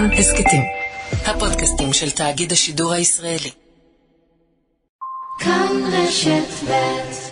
כאן הסקטים, הפודקאסטים של תאגיד השידור הישראלי. כאן רשת ב'.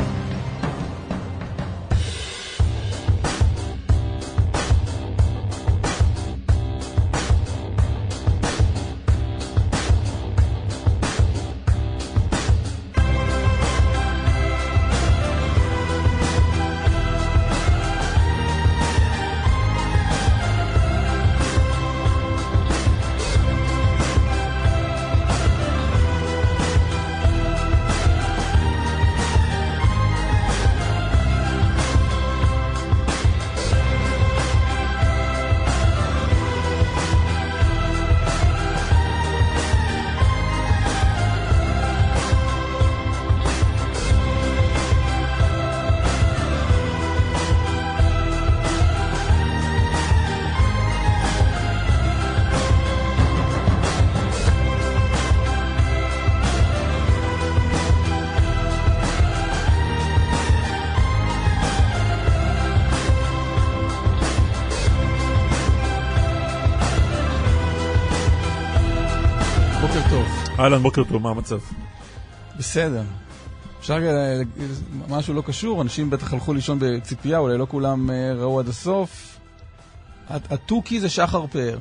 אהלן, בוקר טוב, מה המצב? בסדר. אפשר משהו לא קשור, אנשים בטח הלכו לישון בציפייה, אולי לא כולם ראו עד הסוף. התוכי זה שחר פאר.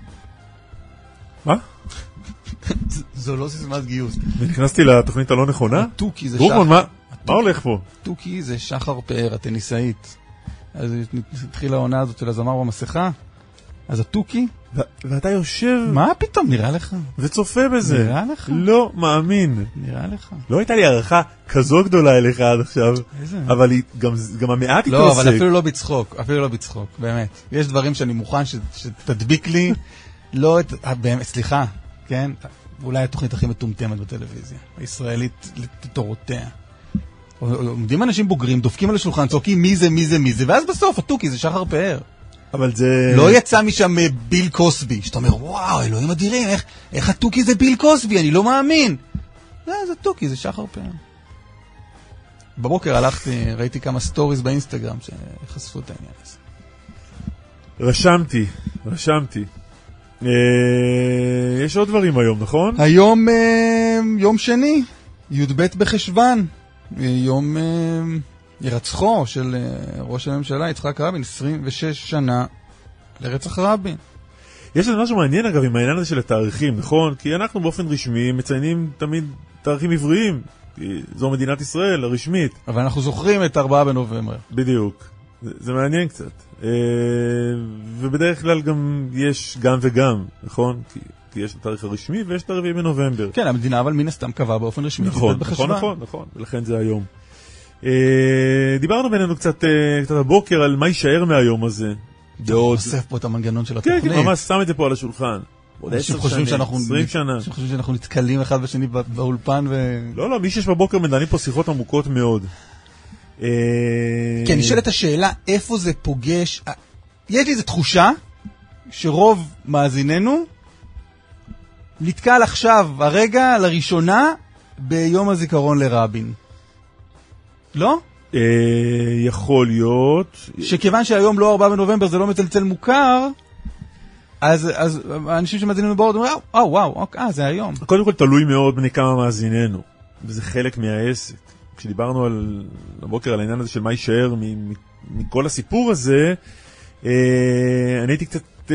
מה? זו לא סיסמת גיוס. ונכנסתי לתוכנית הלא נכונה? התוכי זה שחר... רובון, מה הולך פה? התוכי זה שחר פאר, הטניסאית. אז התחילה העונה הזאת של הזמר במסכה. אז התוכי... ואתה יושב... מה פתאום, נראה לך? וצופה בזה. נראה לך? לא מאמין. נראה לך. לא הייתה לי הערכה כזו גדולה אליך עד עכשיו. איזה? אבל גם המעט לא, אבל אפילו לא בצחוק, באמת. יש דברים שאני מוכן שתדביק לי, לא את... סליחה, כן? אולי התוכנית הכי מטומטמת בטלוויזיה. הישראלית לתורותיה. עומדים אנשים בוגרים, דופקים על השולחן, צועקים מי זה, ואז בסוף, התוכי זה שחר פאר. אבל זה... לא יצא משם ביל קוסבי, שאתה אומר, וואו, אלוהים אדירים, איך התוכי זה ביל קוסבי, אני לא מאמין. זה תוכי, זה שחר פאר. בבוקר הלכתי, ראיתי כמה סטוריז באינסטגרם שחשפו את העניין הזה. רשמתי. יש עוד דברים היום, נכון? היום יום שני, י"ב בחשוון, יום... ירצחו של ראש הממשלה יצחק רבין, 26 שנה לרצח רבין. יש לנו משהו מעניין אגב עם העניין הזה של התאריכים, נכון? כי אנחנו באופן רשמי מציינים תמיד תאריכים עבריים, זו מדינת ישראל הרשמית. אבל אנחנו זוכרים את 4 בנובמבר. בדיוק, זה מעניין קצת. ובדרך כלל גם יש גם וגם, נכון? כי יש את התאריך הרשמי ויש את 4 בנובמבר. כן, המדינה אבל מן הסתם קבעה באופן רשמי. נכון, ולכן זה היום. דיברנו בינינו קצת הבוקר על מה יישאר מהיום הזה. נוסף פה את המנגנון של התוכנית. כן, ממש שם את זה פה על השולחן. אנשים חושבים שאנחנו נתקלים אחד בשני באולפן לא, מי שיש בבוקר מדענים פה שיחות עמוקות מאוד. כן, נשאלת השאלה איפה זה פוגש. יש לי איזו תחושה שרוב מאזיננו נתקל עכשיו הרגע לראשונה ביום הזיכרון לרבין. לא? יכול להיות. שכיוון שהיום לא 4 בנובמבר זה לא מצלצל מוכר, אז האנשים שמאזינים לבורד אומרים, וואו, זה היום. קודם כל תלוי מאוד בני כמה מאזיננו, וזה חלק מהעסק. כשדיברנו על הבוקר על העניין הזה של מה יישאר מכל הסיפור הזה, אני הייתי קצת,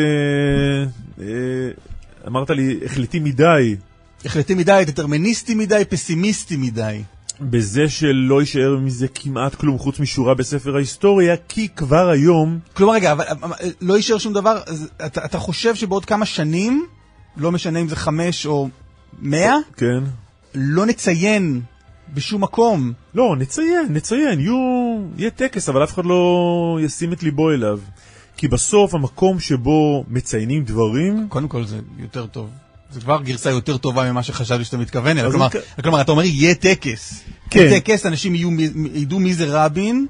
אמרת לי, החלטי מדי, דטרמיניסטי מדי, פסימיסטי מדי. בזה שלא יישאר מזה כמעט כלום חוץ משורה בספר ההיסטוריה, כי כבר היום... כלומר רגע, אבל לא יישאר שום דבר, אתה חושב שבעוד כמה שנים, לא משנה אם זה 5 או 100, כן. לא נציין בשום מקום. לא, נציין, יהיה טקס, אבל אף אחד לא ישים את ליבו אליו. כי בסוף המקום שבו מציינים דברים... קודם כל זה יותר טוב. זה כבר גרסה יותר טובה ממה שחשבתי שאתה מתכוון אליה. כלומר, אתה אומר, יהיה טקס. יהיה טקס, אנשים ידעו מי זה רבין.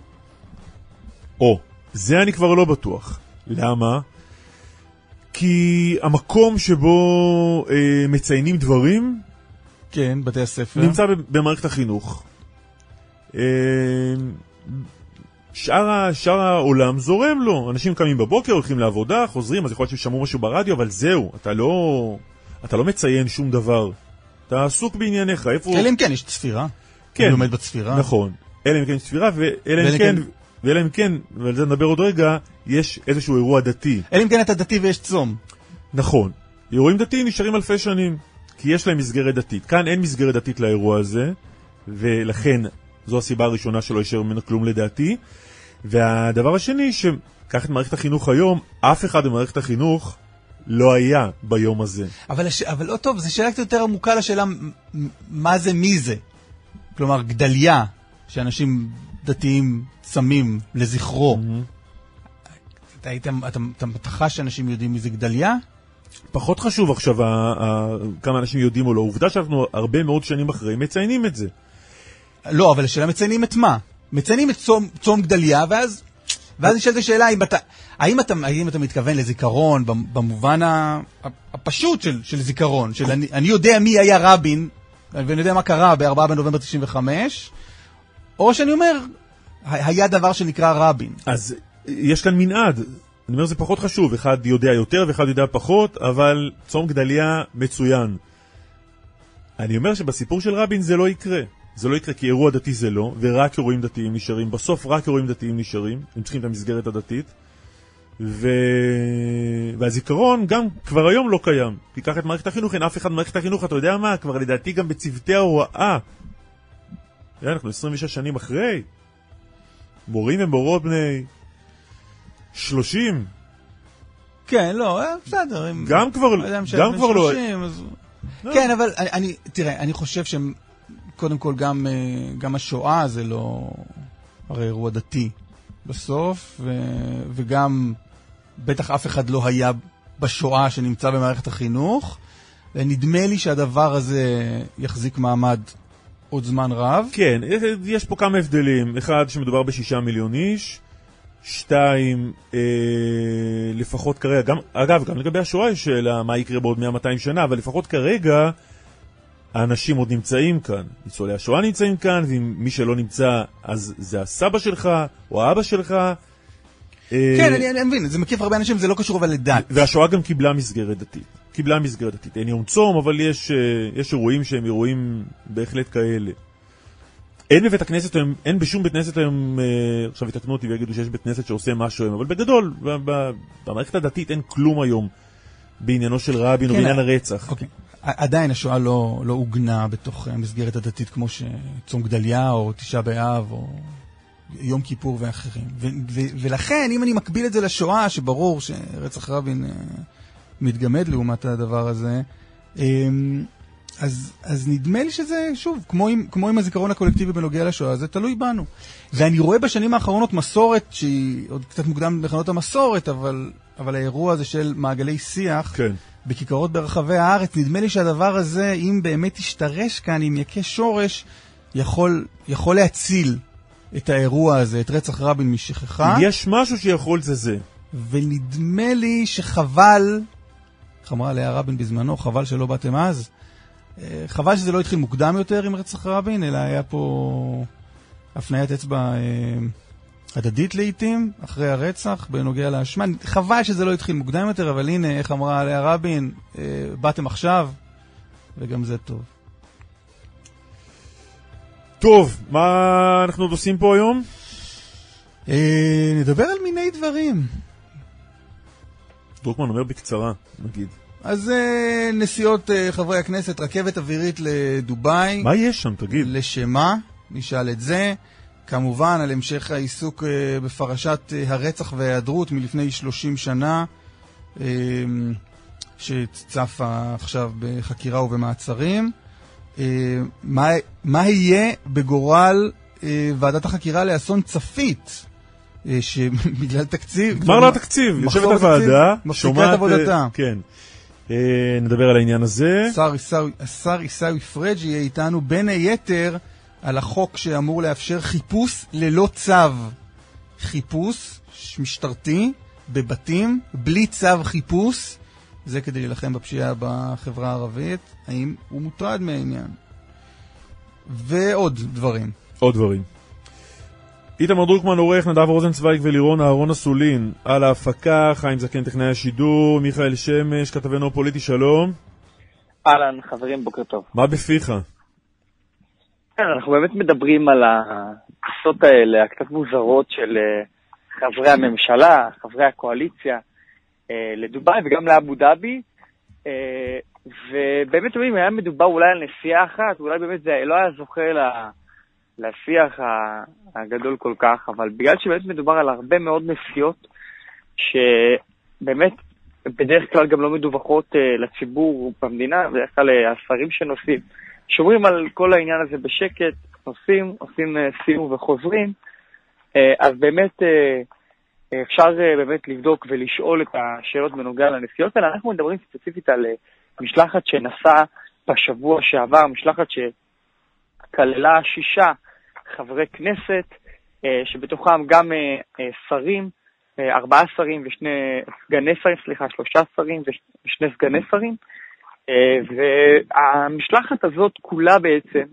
זה אני כבר לא בטוח. למה? כי המקום שבו מציינים דברים... כן, בתי הספר. נמצא במערכת החינוך. שאר העולם זורם לו. אנשים קמים בבוקר, הולכים לעבודה, חוזרים, אז יכול להיות ששמעו משהו ברדיו, אבל זהו, אתה לא מציין שום דבר. אתה עסוק בענייניך. אלא אם כן, יש צפירה. כן. אני עומד בצפירה. נכון. אלא אם כן יש צפירה, ואלא אם כן, ועל זה נדבר עוד רגע, יש איזשהו אירוע דתי. אלא אם כן אתה דתי ויש צום. נכון. אירועים דתיים נשארים אלפי שנים, כי יש להם מסגרת דתית. כאן אין מסגרת דתית לאירוע הזה, ולכן זו הסיבה הראשונה שלא יישאר ממנו כלום לדעתי. והדבר השני, שקח את מערכת החינוך היום, אף אחד במערכת החינוך לא היה ביום הזה. אבל לא טוב, זו שאלה קצת יותר עמוקה לשאלה מה זה מי זה. כלומר, גדליה, שאנשים דתיים צמים לזכרו. אתה חש שאנשים יודעים מי זה גדליה? פחות חשוב עכשיו כמה אנשים יודעים או לא. עובדה שאנחנו הרבה מאוד שנים אחרי מציינים את זה. לא, אבל השאלה מציינים את מה? מציינים את צום גדליה, ואז נשאלת השאלה, האם אתה מתכוון לזיכרון במובן הפשוט של זיכרון, של אני יודע מי היה רבין, ואני יודע מה קרה ב-4 בנובמבר 95, או שאני אומר, היה דבר שנקרא רבין. אז יש כאן מנעד. אני אומר, זה פחות חשוב. אחד יודע יותר ואחד יודע פחות, אבל צום גדליה מצוין. אני אומר שבסיפור של רבין זה לא יקרה. זה לא יקרה כי אירוע דתי זה לא, ורק אירועים דתיים נשארים. בסוף רק אירועים דתיים נשארים. הם צריכים את המסגרת הדתית. והזיכרון גם כבר היום לא קיים. תיקח את מערכת החינוך, אין אף אחד במערכת החינוך, אתה יודע מה? כבר לדעתי גם בצוותי ההוראה. אנחנו 26 שנים אחרי. מורים ומורות בני 30. כן, לא, בסדר. גם כבר לא. כן, אבל תראה, אני חושב שקודם כל גם השואה זה לא הרי אירוע דתי בסוף, וגם בטח אף אחד לא היה בשואה שנמצא במערכת החינוך, ונדמה לי שהדבר הזה יחזיק מעמד עוד זמן רב. כן, יש פה כמה הבדלים. אחד, שמדובר ב6 מיליון איש. 2, לפחות כרגע, אגב, גם לגבי השואה יש שאלה מה יקרה בעוד 100-200 שנה, אבל לפחות כרגע האנשים עוד נמצאים כאן. ניצולי השואה נמצאים כאן, ומי שלא נמצא, אז זה הסבא שלך או האבא שלך. כן, אני מבין, זה מקיף הרבה אנשים, זה לא קשור אבל לדת. והשואה גם קיבלה מסגרת דתית. אין יום צום, אבל יש אירועים שהם אירועים בהחלט כאלה. אין בבית הכנסת, אין בשום בית כנסת היום, עכשיו יתקנו אותי ויגידו שיש בית כנסת שעושה משהו היום, אבל בגדול, במערכת הדתית אין כלום היום בעניינו של רבין או בעניין הרצח. אוקיי. עדיין השואה לא הוגנה בתוך המסגרת הדתית כמו שצום גדליה או תשעה באב או יום כיפור ואחרים. ולכן, אם אני מקביל את זה לשואה, שברור שרצח רבין מתגמד לעומת הדבר הזה, אז נדמה לי שזה, שוב, כמו עם הזיכרון הקולקטיבי בנוגע לשואה, זה תלוי בנו. ואני רואה בשנים האחרונות מסורת, שהיא עוד קצת מוקדם לכנות המסורת, אבל האירוע הזה של מעגלי שיח, כן. בכיכרות ברחבי הארץ, נדמה לי שהדבר הזה, אם באמת ישתרש כאן, אם יכה שורש, יכול להציל את האירוע הזה, את רצח רבין משכחה. יש משהו שיכול זה. ונדמה לי שחבל, איך אמרה עליה רבין בזמנו, חבל שלא באתם אז, חבל שזה לא התחיל מוקדם יותר עם רצח רבין, אלא היה פה הפניית אצבע הדדית לעתים, אחרי הרצח, בנוגע לאשמה. חבל שזה לא התחיל מוקדם יותר, אבל הנה, איך אמרה עליה רבין, באתם עכשיו, וגם זה טוב. טוב, מה אנחנו עוד עושים פה היום? נדבר על מיני דברים. דרוקמן אומר בקצרה, נגיד. אז נסיעות חברי הכנסת, רכבת אווירית לדובאי. מה יש שם, תגיד? לשמה, נשאל את זה. כמובן, על המשך העיסוק בפרשת הרצח וההיעדרות מלפני 30 שנה, שצפה עכשיו בחקירה ובמעצרים. מה יהיה בגורל ועדת החקירה לאסון צפית? שבגלל תקציב... גמר לה תקציב, יושבת הוועדה, מפסיקה את עבודתה. כן. נדבר על העניין הזה. השר עיסאווי פריג' יהיה איתנו בין היתר על החוק שאמור לאפשר חיפוש ללא צו. חיפוש משטרתי בבתים בלי צו חיפוש. זה כדי להילחם בפשיעה בחברה הערבית. האם הוא מוטרד מהעניין? ועוד דברים. עוד דברים. איתמר דרוקמן עורך, נדב רוזנצוויג ולירון אהרון אסולין על ההפקה, חיים זקן טכנאי השידור, מיכאל שמש, כתבנו הפוליטי, שלום. אהלן, חברים, בוקר טוב. מה בפיך? כן, אנחנו באמת מדברים על הכסות האלה, הקצת מוזרות של חברי הממשלה, חברי הקואליציה, לדובאי וגם לאבו דאבי, ובאמת אומרים, היה מדובר אולי על נסיעה אחת, אולי באמת זה לא היה זוכה לשיח הגדול כל כך, אבל בגלל שבאמת מדובר על הרבה מאוד נסיעות, שבאמת בדרך כלל גם לא מדווחות לציבור במדינה, בדרך כלל השרים שנוסעים, שומרים על כל העניין הזה בשקט, נוסעים, עושים סיור וחוזרים, אז באמת אפשר באמת לבדוק ולשאול את השאלות בנוגע לנסיעות האלה. אנחנו מדברים ספציפית על משלחת שנסעה בשבוע שעבר, משלחת שכללה 6 חברי כנסת, שבתוכם גם שרים, 4 שרים ושני סגני שרים, 3 שרים ושני סגני שרים, והמשלחת הזאת כולה בעצם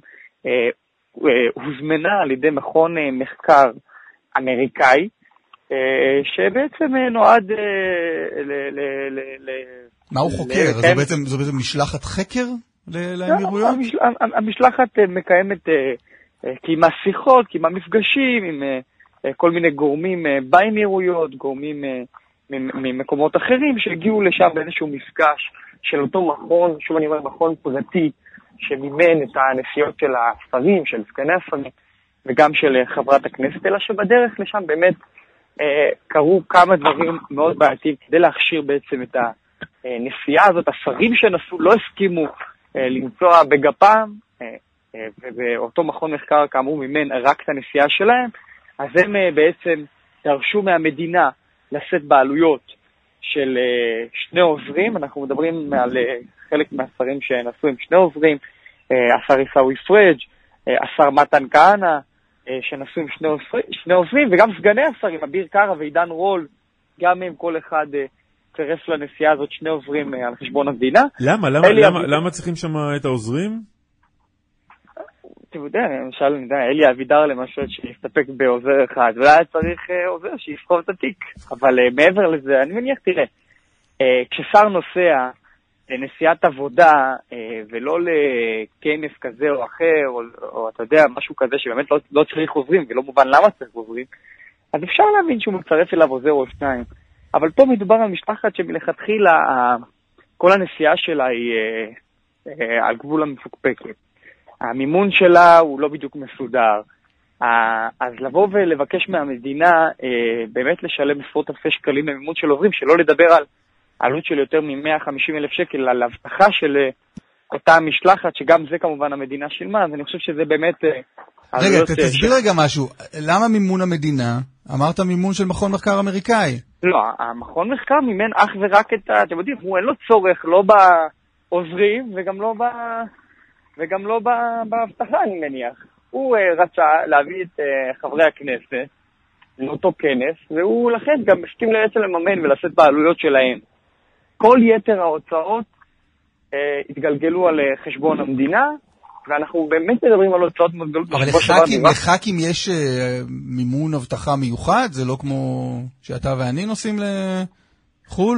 הוזמנה על ידי מכון מחקר אמריקאי, שבעצם נועד מה הוא חוקר? זו בעצם משלחת חקר לאמירויות? המשלחת מקיימת, קיימה שיחות, קיימה מפגשים עם כל מיני גורמים באמירויות, גורמים ממקומות אחרים שהגיעו לשם באיזשהו מפגש של אותו מכון, שוב אני אומר מכון פרטי, שמימן את הנסיעות של השרים, של סגני השרים, וגם של חברת הכנסת, אלא שבדרך לשם באמת קרו כמה דברים מאוד בעייתיים כדי להכשיר בעצם את הנסיעה הזאת. השרים שנסעו לא הסכימו לנסוע בגפם, ובאותו מכון מחקר כאמור מימן רק את הנסיעה שלהם, אז הם בעצם דרשו מהמדינה לשאת בעלויות של 2 עוזרים. אנחנו מדברים על חלק מהשרים שנסעו עם 2 עוזרים, השר עיסאווי פריג', השר מתן כהנא, שנסעו עם 2 עוזרים, וגם סגני השרים, אביר קארה ועידן רול, גם הם כל אחד צירף לנסיעה הזאת 2 עוזרים על חשבון המדינה. למה צריכים שם את העוזרים? אתה יודע, למשל, אלי אבידר למשל שיסתפק בעוזר אחד, ואולי צריך עוזר שיסחוב את התיק. אבל מעבר לזה, אני מניח, תראה, כששר נוסע לנסיעת עבודה, ולא לכנס כזה או אחר, או אתה יודע, משהו כזה שבאמת לא צריך עוזרים, ולא מובן למה צריך עוזרים, אז אפשר להבין שהוא מצרף אליו עוזר או 2. אבל פה מדובר על משפחת שמלכתחילה, כל הנסיעה שלה היא על גבול המפוקפקת. המימון שלה הוא לא בדיוק מסודר. אז לבוא ולבקש מהמדינה באמת לשלם עשרות אלפי שקלים למימון של עוזרים, שלא לדבר על עלות של יותר מ-150,000 שקל על הבטחה של אותה משלחת, שגם זה כמובן המדינה שילמה, אז אני חושב שזה באמת... רגע, תסביר רגע משהו. למה מימון המדינה? אמרת מימון של מכון מחקר אמריקאי. לא, המכון מחקר מימן אך ורק את אתם יודעים, הוא אין לו צורך לא בעוזרים וגם לא בהבטחה, אני מניח. הוא רצה להביא את חברי הכנסת לאותו כנס, והוא לכן גם מסכים בעצם לממן ולשאת בעלויות שלהם. כל יתר ההוצאות התגלגלו על חשבון המדינה, ואנחנו באמת מדברים על הוצאות מאוד גדולות. אבל לח"כים יש מימון הבטחה מיוחד? זה לא כמו שאתה ואני נוסעים לחול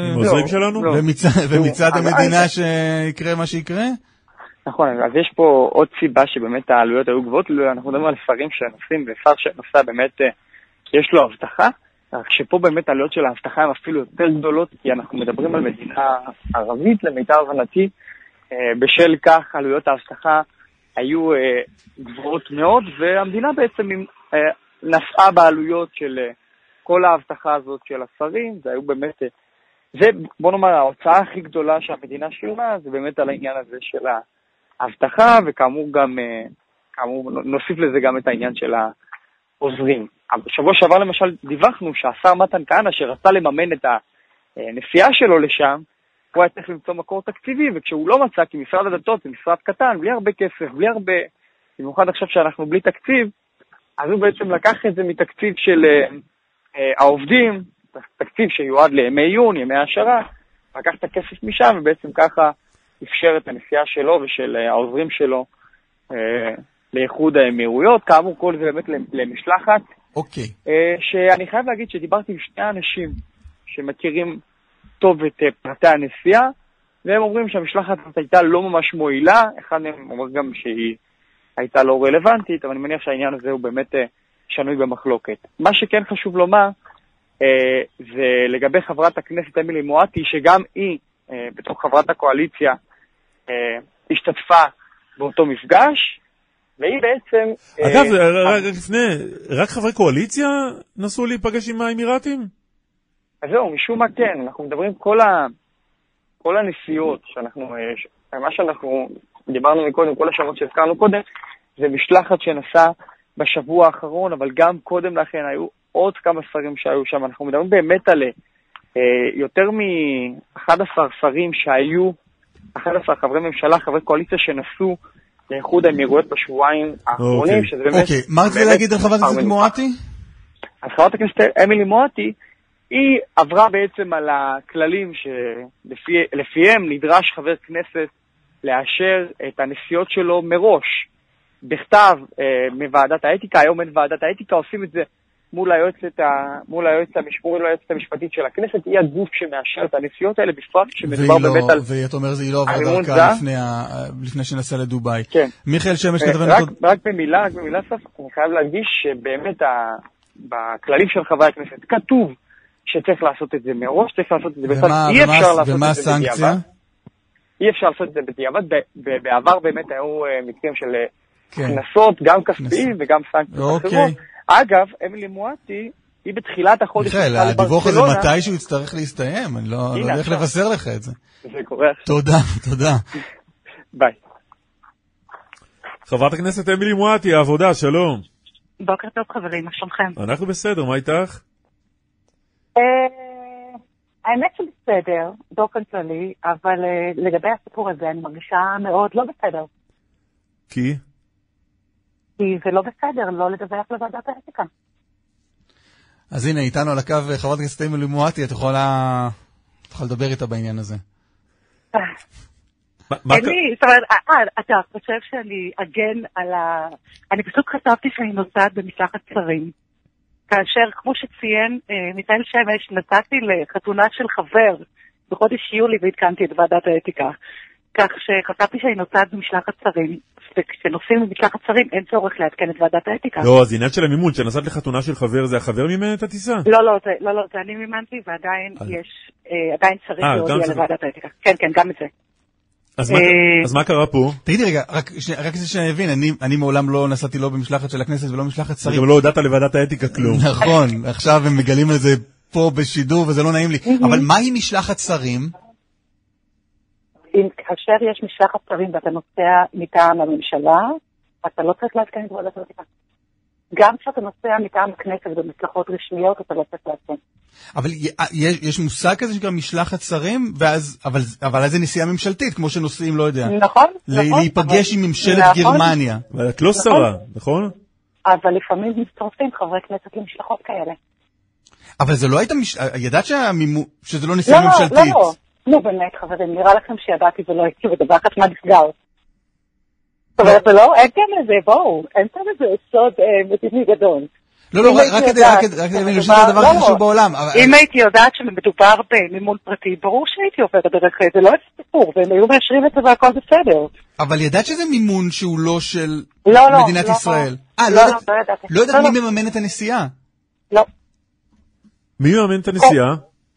ומצד המדינה שיקרה מה שיקרה? נכון, אז יש פה עוד סיבה שבאמת העלויות היו גבוהות. אנחנו מדברים על שרים שנוסעים, ושר שנוסע באמת יש לו הבטחה, רק שפה באמת העלויות של ההבטחה הן אפילו יותר גדולות, כי אנחנו מדברים על מדינה ערבית, למיטב הבנתי, בשל כך עלויות ההבטחה היו גבוהות מאוד, והמדינה בעצם נסעה בעלויות של כל ההבטחה הזאת של השרים. זה היו באמת, זה בוא נאמר ההוצאה הכי גדולה שהמדינה שילמה, זה באמת על העניין הזה של ההבטחה, וכאמור גם, כאמור נוסיף לזה גם את העניין של העוזרים. בשבוע שעבר למשל דיווחנו שהשר מתן כהנא שרצה לממן את הנסיעה שלו לשם, הוא היה צריך למצוא מקור תקציבי, וכשהוא לא מצא, כי משרד הדתות זה משרד קטן, בלי הרבה כסף, בלי הרבה, במיוחד עכשיו שאנחנו בלי תקציב, אז הוא בעצם לקח את זה מתקציב של העובדים, תקציב שיועד לימי עיון, ימי העשרה, לקח את הכסף משם, ובעצם ככה אפשר את הנסיעה שלו ושל העוזרים שלו לאיחוד האמירויות. כאמור, כל זה באמת למשלחת אוקיי. שאני חייב להגיד שדיברתי עם שני אנשים שמכירים טוב את פרטי הנסיעה, והם אומרים שהמשלחת הייתה לא ממש מועילה, אחד מהם אומר גם שהיא הייתה לא רלוונטית, אבל אני מניח שהעניין הזה הוא באמת שנוי במחלוקת. מה שכן חשוב לומר, זה לגבי חברת הכנסת אמילי מואטי, שגם היא, בתוך חברת הקואליציה, השתתפה באותו מפגש, והיא בעצם... אגב, רק לפני, רק חברי קואליציה נסו להיפגש עם האמירתים? אז זהו, משום מה כן, אנחנו מדברים כל הנסיעות שאנחנו, מה שאנחנו דיברנו מקודם, כל השמות שהזכרנו קודם, זה משלחת שנסעה בשבוע האחרון, אבל גם קודם לכן היו עוד כמה שרים שהיו שם. אנחנו מדברים באמת על יותר מ-11 שרים שהיו, 11 חברי ממשלה, חברי קואליציה שנסעו לאיחוד האמירויות בשבועיים האחרונים, שזה באמת... אוקיי, מה רצית להגיד על חברת הכנסת מואטי? אז חברת הכנסת אמילי מואטי, היא עברה בעצם על הכללים שלפיהם נדרש חבר כנסת לאשר את הנסיעות שלו מראש, בכתב מוועדת האתיקה. היום אין ועדת האתיקה, עושים את זה מול היועצת המשפטית של הכנסת, היא הגוף שמאשר את הנסיעות האלה, בפרט שמדובר באמת על... ואת אומרת, היא לא עברה דרכה לפני שנסע לדובאי. כן. מיכאל שמש כתבנו... רק במילה סף, אני חייב להדגיש שבאמת בכללים של חברי הכנסת כתוב שצריך לעשות את זה מראש, צריך לעשות את זה בצד, אי אפשר לעשות את זה בדיעבד. אי אפשר לעשות את זה בדיעבד, בעבר באמת היו מקרים של כנסות, גם כספיים וגם סנקציות אחרות. אגב, אמילי מואטי, היא בתחילת החודש... מיכאל, הדיווח הזה מתי שהוא יצטרך להסתיים, אני לא יודע איך לבשר לך את זה. זה קורה עכשיו. תודה. ביי. חברת הכנסת אמילי מואטי, העבודה, שלום. בוקר טוב חברים, מה שלומכם? אנחנו בסדר, מה איתך? האמת שבסדר, באופן כללי, אבל לגבי הסיפור הזה אני מרגישה מאוד לא בסדר. כי? כי זה לא בסדר, לא לדווח לוועדת האתיקה. אז הנה, איתנו על הקו חברת הכנסת אמילי מואטי, את יכולה לדבר איתה בעניין הזה. אתה חושב שאני אגן על אני פשוט חשבתי שאני נוסעת במשלחת שרים. כאשר, כמו שציין מיכאל שמש, נסעתי לחתונה של חבר בחודש יולי והתקנתי את ועדת האתיקה. כך שחשבתי שאני נוסעת במשלחת שרים, וכשנוסעים במשלחת שרים אין צורך לעדכן את ועדת האתיקה. לא, אז עניין של המימון, שנסעת לחתונה של חבר, זה החבר מימן את הטיסה? לא, זה אני מימנתי, ועדיין עדיין צריך להודיע לוועדת האתיקה. כן, גם את זה. אז מה קרה פה? תגידי רגע, רק כדי שאני אבין, אני מעולם לא נסעתי לא במשלחת של הכנסת ולא במשלחת שרים. גם לא הודעת לוועדת האתיקה כלום. נכון, עכשיו הם מגלים את זה פה בשידור וזה לא נעים לי. אבל מה היא משלחת שרים? כאשר יש משלחת שרים ואתה נוסע מטעם הממשלה, אתה לא צריך לעדכן את ועדת האתיקה. גם כשאתה נוסע מטעם הכנסת במשלחות רשמיות, אתה לא צריך לעדכן. אבל יש מושג כזה שגם משלחת שרים, אבל אז זה נסיעה ממשלתית, כמו שנוסעים, לא יודע. נכון. להיפגש עם ממשלת גרמניה. אבל את לא שרה, נכון? אבל לפעמים מצטרפים חברי כנסת למשלחות כאלה. אבל זה לא הייתה, ידעת שזה לא נסיעה ממשלתית? לא, באמת חברים, נראה לכם שידעתי ולא הייתי מדווחת מה נסגר. זאת אומרת, לא, אין כאן איזה, בואו, אין כאן איזה סוד מדיני גדול. לא, רק כדי להבין, זה הדבר הכי חשוב בעולם. אם הייתי יודעת שמדובר במימון פרטי, ברור שהייתי עוברת דרך זה, לא איזה סיפור, והם היו מאשרים את זה והכל בסדר. אבל ידעת שזה מימון שהוא לא של מדינת ישראל? לא יודעת מי מממן את הנסיעה? לא. מי מממן את הנסיעה?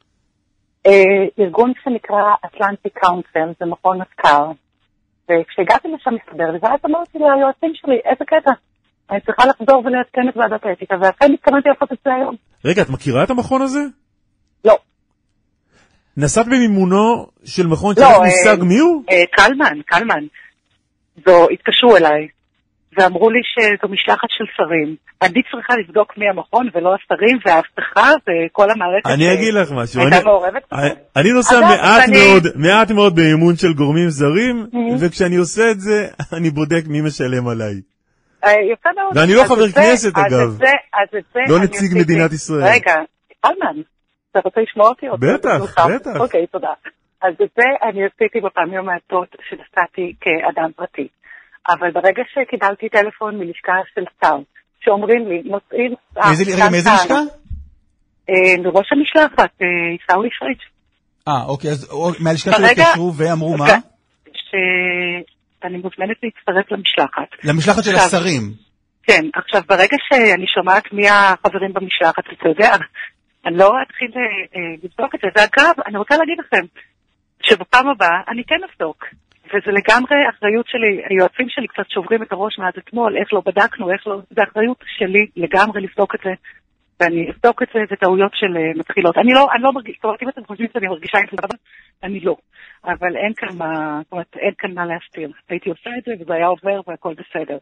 ארגון שנקרא Atlantic Council, זה מכון מחקר. וכשהגעתי לשם מסתבר לי, ואז אמרתי ליועצים שלי, איזה קטע? אני צריכה לחזור ולעדכן את ועדת האתיקה, ואכן התכוונתי לעשות את זה היום. רגע, את מכירה את המכון הזה? לא. נסעת במימונו של מכון שיש מושג מי הוא? קלמן. התקשרו אליי, ואמרו לי שזו משלחת של שרים. אני צריכה לבדוק מי המכון ולא השרים, וההבטחה וכל המערכת... אני אגיד לך משהו. הייתה מעורבת? אני נוסע מעט מאוד באימון של גורמים זרים, וכשאני עושה את זה, אני בודק מי משלם עליי. יפה מאוד. ואני לא חבר כנסת, אגב. לא נציג מדינת ישראל. רגע, קלמן, אתה רוצה לשמוע אותי? בטח. אוקיי, תודה. אז את זה אני עשיתי בפעמים המעטות שנסעתי כאדם פרטי. אבל ברגע שקיבלתי טלפון מלשכה של שר, שאומרים לי, נוסעים... מאיזה לשכה? ראש המשלחת, עיסאווי פריג'. אוקיי, אז מהלשכה שלי התקשרו ואמרו מה? שאני מוזמנת להצטרף למשלחת. למשלחת של השרים. כן, עכשיו ברגע שאני שומעת מי החברים במשלחת, אתה יודע, אני לא אתחיל לבדוק את זה. ואגב, אני רוצה להגיד לכם, שבפעם הבאה אני כן אבדוק. וזה לגמרי אחריות שלי, היועצים שלי קצת שוברים את הראש מאז אתמול, איך לא בדקנו, זה אחריות שלי לגמרי לבדוק את זה. ואני אבדוק את זה, זה טעויות של מתחילות. אני לא מרגיש, זאת אומרת, אם אתם חושבים שאני מרגישה עם זה, אני לא. אבל אין כאן מה להסתיר. הייתי עושה את זה, וזה היה עובר, והכל בסדר.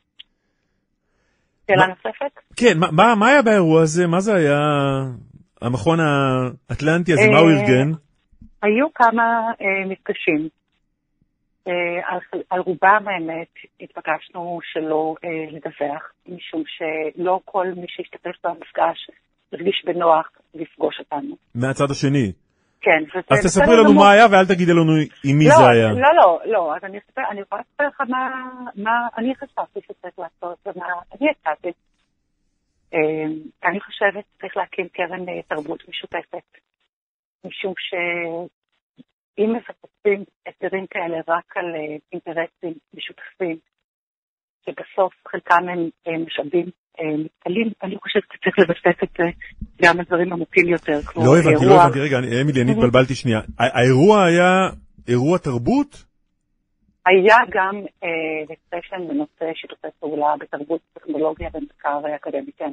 שאלה נוספת? כן, מה היה באירוע הזה? מה זה היה המכון האטלנטי הזה? מה הוא ארגן? היו כמה מפגשים. על רובם האמת התבקשנו שלא לדווח, משום שלא כל מי שהשתתף במפגש הרגיש בנוח לפגוש אותנו. מהצד השני? כן. אז תספרי לנו מה היה ואל תגידי לנו עם מי זה היה. לא, אז אני יכולה לספר לך מה אני חשבתי שצריך לעשות ומה אני הצעתי. אני חושבת שצריך להקים קרן תרבות משותפת, משום אם מפתחים הסדרים כאלה רק על אינטרסים משותפים, שבסוף חלקם הם משאבים מתקלים, אני חושבת שצריך לבסס את זה גם על דברים עמוקים יותר. לא הבנתי, רגע, אמילי, אני התבלבלתי שנייה. האירוע היה אירוע תרבות? היה גם סשן בנושא שיתופי פעולה בתרבות, טכנולוגיה ומחקר אקדמי, כן.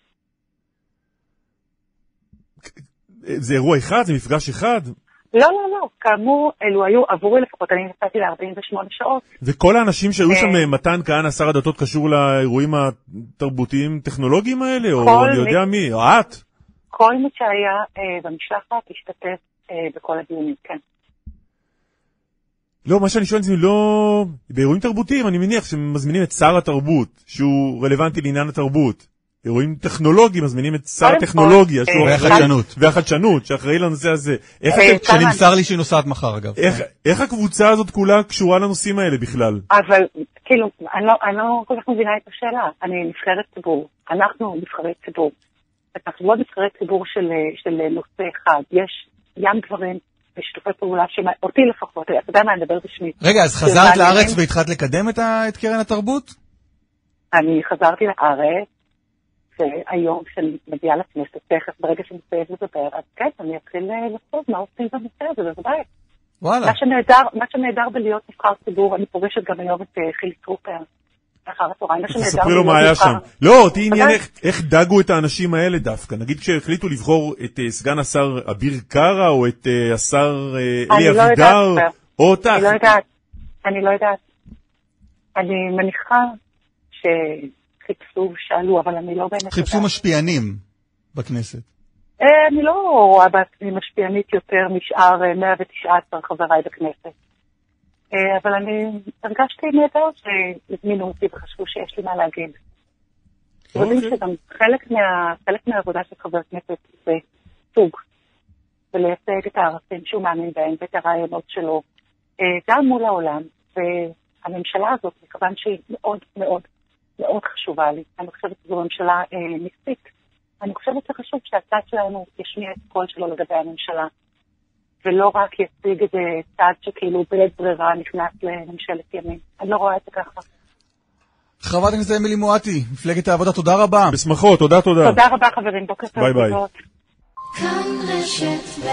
זה אירוע אחד? זה מפגש אחד? לא, כאמור, אלו היו עבורי לפחות, אני נצאתי ל-48 שעות. וכל האנשים שהיו שם, מתן כהנא, שר הדתות, קשור לאירועים התרבותיים טכנולוגיים האלה? או אני יודע מי? או את? כל מי שהיה במשלחת השתתף בכל הדיונים, כן. לא, מה שאני שואל זה לא... באירועים תרבותיים אני מניח שמזמינים את שר התרבות, שהוא רלוונטי לעניין התרבות. אירועים טכנולוגיים, מזמינים את שר הטכנולוגיה, והחדשנות, שאחראי לנושא הזה. שנמסר לי שהיא נוסעת מחר, אגב. איך הקבוצה הזאת כולה קשורה לנושאים האלה בכלל? אבל, כאילו, אני לא כל כך מבינה את השאלה. אני נבחרת ציבור. אנחנו נבחרי ציבור. אנחנו לא נבחרי ציבור של נושא אחד. יש ים דברים בשיתופי פעולה, אותי לפחות, אתה יודע מה, אני מדבר בשמי. רגע, אז חזרת לארץ והתחלת לקדם את קרן התרבות? אני חזרתי לארץ, והיום כשאני מגיעה לכנסת, תכף ברגע שמסייב לדבר, אז כן, אני אתחיל לחשוב מה עושים בנושא הזה, בוודאי. וואלה. מה שנהדר בלהיות נבחר ציבור, אני פוגשת גם היום את חילי טרופר, אחר הצהריים. תספרי לו מה היה שם. לא, אותי עניין איך דאגו את האנשים האלה דווקא. נגיד כשהחליטו לבחור את סגן השר אביר קארה, או את השר אלי אבידר, או אותך. אני לא יודעת. אני מניחה חיפשו, שאלו, אבל אני לא באמת... חיפשו משפיענים בכנסת. אני לא רואה בעצמי משפיענית יותר משאר 119 חבריי בכנסת. אבל אני הרגשתי נהדר שהזמינו אותי וחשבו שיש לי מה להגיד. יודעים שגם חלק מהעבודה של חבר כנסת זה סוג, ולייצג את הערכים שהוא מאמין בהם ואת הרעיונות שלו, גם מול העולם. והממשלה הזאת, מכיוון שהיא מאוד מאוד מאוד חשובה לי. אני חושבת שזו ממשלה מקצועית. אני חושבת שחשוב שהצד שלנו ישמיע את הקול שלו לגבי הממשלה, ולא רק יציג איזה צד שכאילו בלית ברירה נכנס לממשלת ימין. אני לא רואה את זה ככה. חברת הכנסת אמילי מואטי, מפלגת העבודה, תודה רבה. בשמחות, תודה. תודה רבה חברים, בוקר טוב. ביי ביי. כאן רשת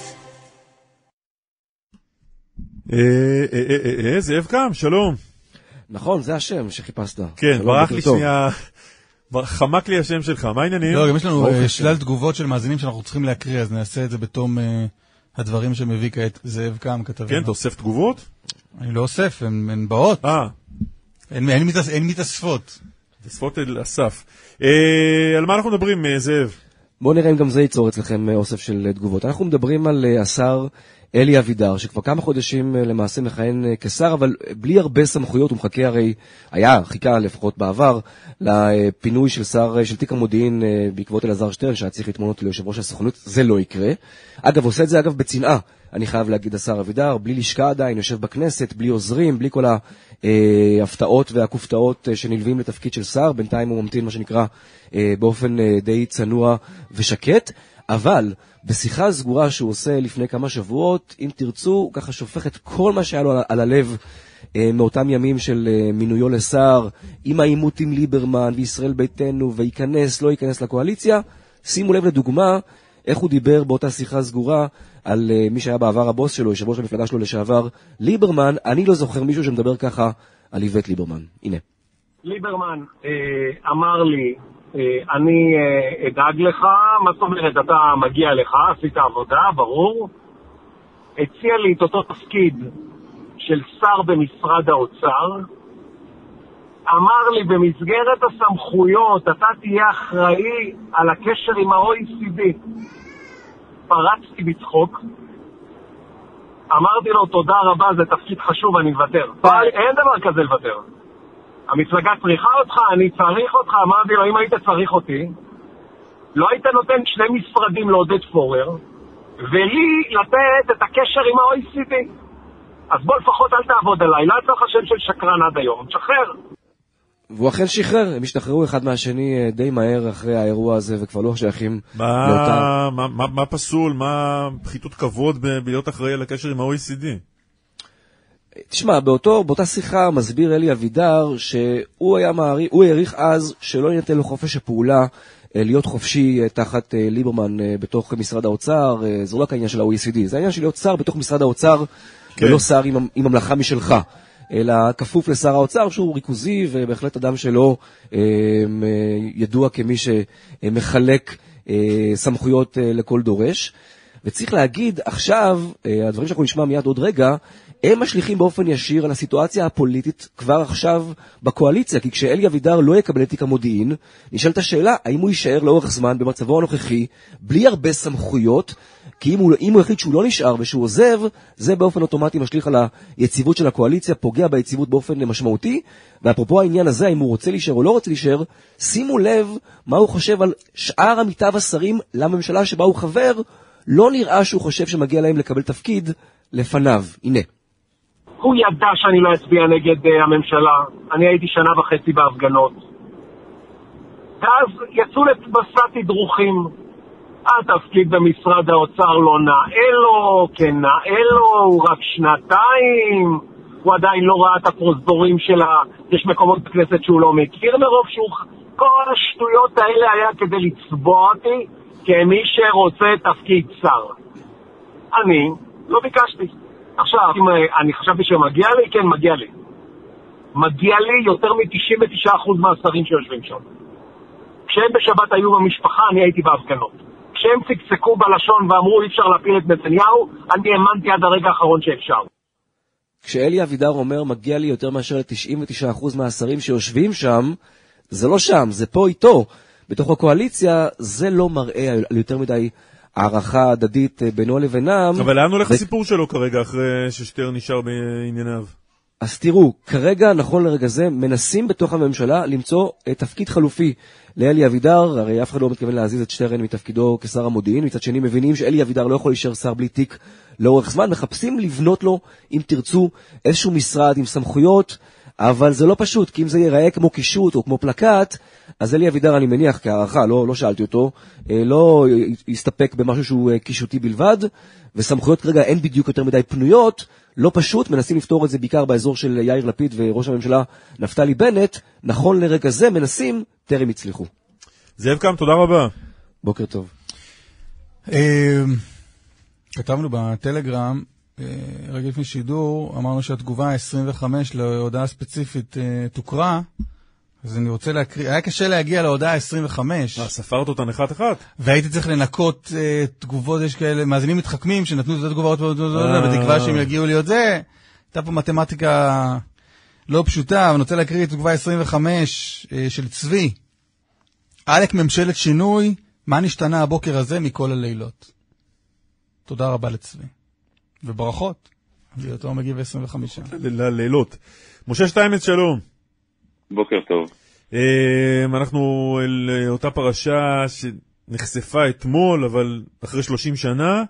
ב'. זאב קם, שלום. נכון, זה השם שחיפשת. כן, ברח לי שנייה, חמק לי השם שלך, מה העניינים? לא, גם יש לנו שלל תגובות של מאזינים שאנחנו צריכים להקריא, אז נעשה את זה בתום הדברים שמביא כעת זאב קם כתבים. כן, אתה אוסף תגובות? אני לא אוסף, הן באות. אין מתאספות. מתאספות אל אסף. על מה אנחנו מדברים, זאב? בואו נראה אם גם זה ייצור אצלכם אוסף של תגובות. אנחנו מדברים על השר אלי אבידר, שכבר כמה חודשים למעשה מכהן כשר, אבל בלי הרבה סמכויות, הוא מחכה הרי, חיכה לפחות בעבר, לפינוי של שר של תיק המודיעין בעקבות אלעזר שטרן, שהיה צריך להתמנות ליושב ראש הסוכנות, זה לא יקרה. אגב, עושה את זה אגב בצנעה, אני חייב להגיד השר אבידר, בלי לשכה עדיין, יושב בכנסת, בלי עוזרים, בלי כל ההפתעות והכופתאות שנלווים לתפקיד של שר, בינתיים הוא ממתין מה שנקרא באופן די צנוע ושקט, אבל בשיחה סגורה שהוא עושה לפני כמה שבועות, אם תרצו, ככה שופך את כל מה שהיה לו על הלב מאותם ימים של מינויו לשר, עם העימות עם ליברמן וישראל ביתנו, וייכנס, לא ייכנס לקואליציה. שימו לב לדוגמה, איך הוא דיבר באותה שיחה סגורה על מי שהיה בעבר הבוס שלו, יושב ראש המפלגה שלו לשעבר, ליברמן. אני לא זוכר מישהו שמדבר ככה על איווט ליברמן. הנה. ליברמן אמר לי, אני אדאג לך, מה זאת אומרת, אתה מגיע לך, עשית עבודה, ברור. הציע לי את אותו תפקיד של שר במשרד האוצר, אמר לי במסגרת הסמכויות, אתה תהיה אחראי על הקשר עם ה-OECD. פרצתי בצחוק, אמרתי לו תודה רבה, זה תפקיד חשוב, אני מוותר. אין דבר כזה לוותר. המפלגה צריכה אותך, אני צריך אותך, אמרתי לו, אם היית צריך אותי, לא היית נותן 2 משרדים לעודד פורר, ולי לתת את הקשר עם ה-OECD. אז בוא לפחות אל תעבוד עליי, לא יצא לך שם של שקרן עד היום, תשחרר. והוא אכן שחרר, הם השתחררו אחד מהשני די מהר אחרי האירוע הזה, וכבר לא שייכים לאותה... מה פסול, מה פחיתות כבוד בלהיות אחראי על הקשר עם ה-OECD? תשמע, באותה שיחה מסביר אלי אבידר שהוא העריך אז שלא ניתן לו חופש הפעולה להיות חופשי תחת ליברמן בתוך משרד האוצר. זה לא רק העניין של ה-OECD, זה העניין של להיות שר בתוך משרד האוצר, ולא שר עם המלאכה משלך, אלא כפוף לשר האוצר שהוא ריכוזי ובהחלט אדם שלא ידוע כמי שמחלק סמכויות לכל דורש. וצריך להגיד עכשיו, הדברים שאנחנו נשמע מיד עוד רגע, הם משליכים באופן ישיר על הסיטואציה הפוליטית כבר עכשיו בקואליציה, כי כשאלי אבידר לא יקבל את תיק המודיעין, נשאלת השאלה האם הוא יישאר לאורך זמן במצבו הנוכחי, בלי הרבה סמכויות, כי אם הוא החליט שהוא לא נשאר ושהוא עוזב, זה באופן אוטומטי משליך על היציבות של הקואליציה, פוגע ביציבות באופן משמעותי. ואפרופו העניין הזה, אם הוא רוצה להישאר או לא רוצה להישאר, שימו לב מה הוא חושב על שאר עמיתיו השרים לממשלה שבה הוא חבר. לא נראה שהוא חושב שמגיע להם לקבל תפקיד לפניו. הנה. הוא ידע שאני לא אצביע נגד הממשלה. אני הייתי 1.5 שנה בהפגנות. ואז יצאו לבסת תדרוכים. התפקיד במשרד האוצר לא נאה לו, כן נאה לו, הוא רק 2 הוא עדיין לא ראה את הפרוזדורים שלה, יש מקומות בכנסת שהוא לא מכיר מרוב שהוא... כל השטויות האלה היה כדי לצבוע אותי כמי שרוצה תפקיד שר. אני לא ביקשתי. עכשיו, אני חשבתי שמגיע לי, כן מגיע לי. מגיע לי יותר מ-99% מהשרים שיושבים שם. כשהם בשבת היו במשפחה, אני הייתי בהפגנות. כשהם צקצקו בלשון ואמרו אי אפשר להפיל את נתניהו, אני האמנתי עד הרגע האחרון שאפשר. כשאלי אבידר אומר מגיע לי יותר מאשר ל-99% מהשרים שיושבים שם, זה לא שם, זה פה איתו. בתוך הקואליציה זה לא מראה על יותר מדי הערכה הדדית בינו לבינם. אבל לאן הולך הסיפור שלו כרגע אחרי ששטרן נשאר בענייניו? אז תראו, כרגע, נכון לרגע זה, מנסים בתוך הממשלה למצוא תפקיד חלופי לאלי אבידר. הרי אף אחד לא מתכוון להזיז את שטרן מתפקידו כשר המודיעין. מצד שני מבינים שאלי אבידר לא יכול להישאר שר בלי תיק לאורך זמן. מחפשים לבנות לו, אם תרצו, איזשהו משרד עם סמכויות, אבל זה לא פשוט, כי אם זה ייראה כמו קישוט או כמו פלקט, אז אלי אבידר, אני מניח, כערכה, לא שאלתי אותו, לא יסתפק במשהו שהוא קישוטי בלבד, וסמכויות כרגע אין בדיוק יותר מדי פנויות, לא פשוט, מנסים לפתור את זה בעיקר באזור של יאיר לפיד וראש הממשלה נפתלי בנט, נכון לרגע זה מנסים, טרם הצליחו. זאב קם, תודה רבה. בוקר טוב. כתבנו בטלגרם, רגע לפני שידור, אמרנו שהתגובה 25 להודעה ספציפית תוקרא, אז אני רוצה להקריא, היה קשה להגיע להודעה 25. ספרת אותן אחת? והייתי צריך לנקות תגובות, יש כאלה מאזינים מתחכמים שנתנו את התגובה בתקווה שהם יגיעו להיות זה. הייתה פה מתמטיקה לא פשוטה, אבל אני רוצה להקריא את תגובה 25 של צבי. עלק ממשלת שינוי, מה נשתנה הבוקר הזה מכל הלילות? תודה רבה לצבי. וברכות. בהיותו מגיב 25. ללילות. משה שטיימץ, שלום. בוקר טוב. אנחנו אל אותה פרשה שנחשפה אתמול, אבל אחרי 30 שנה.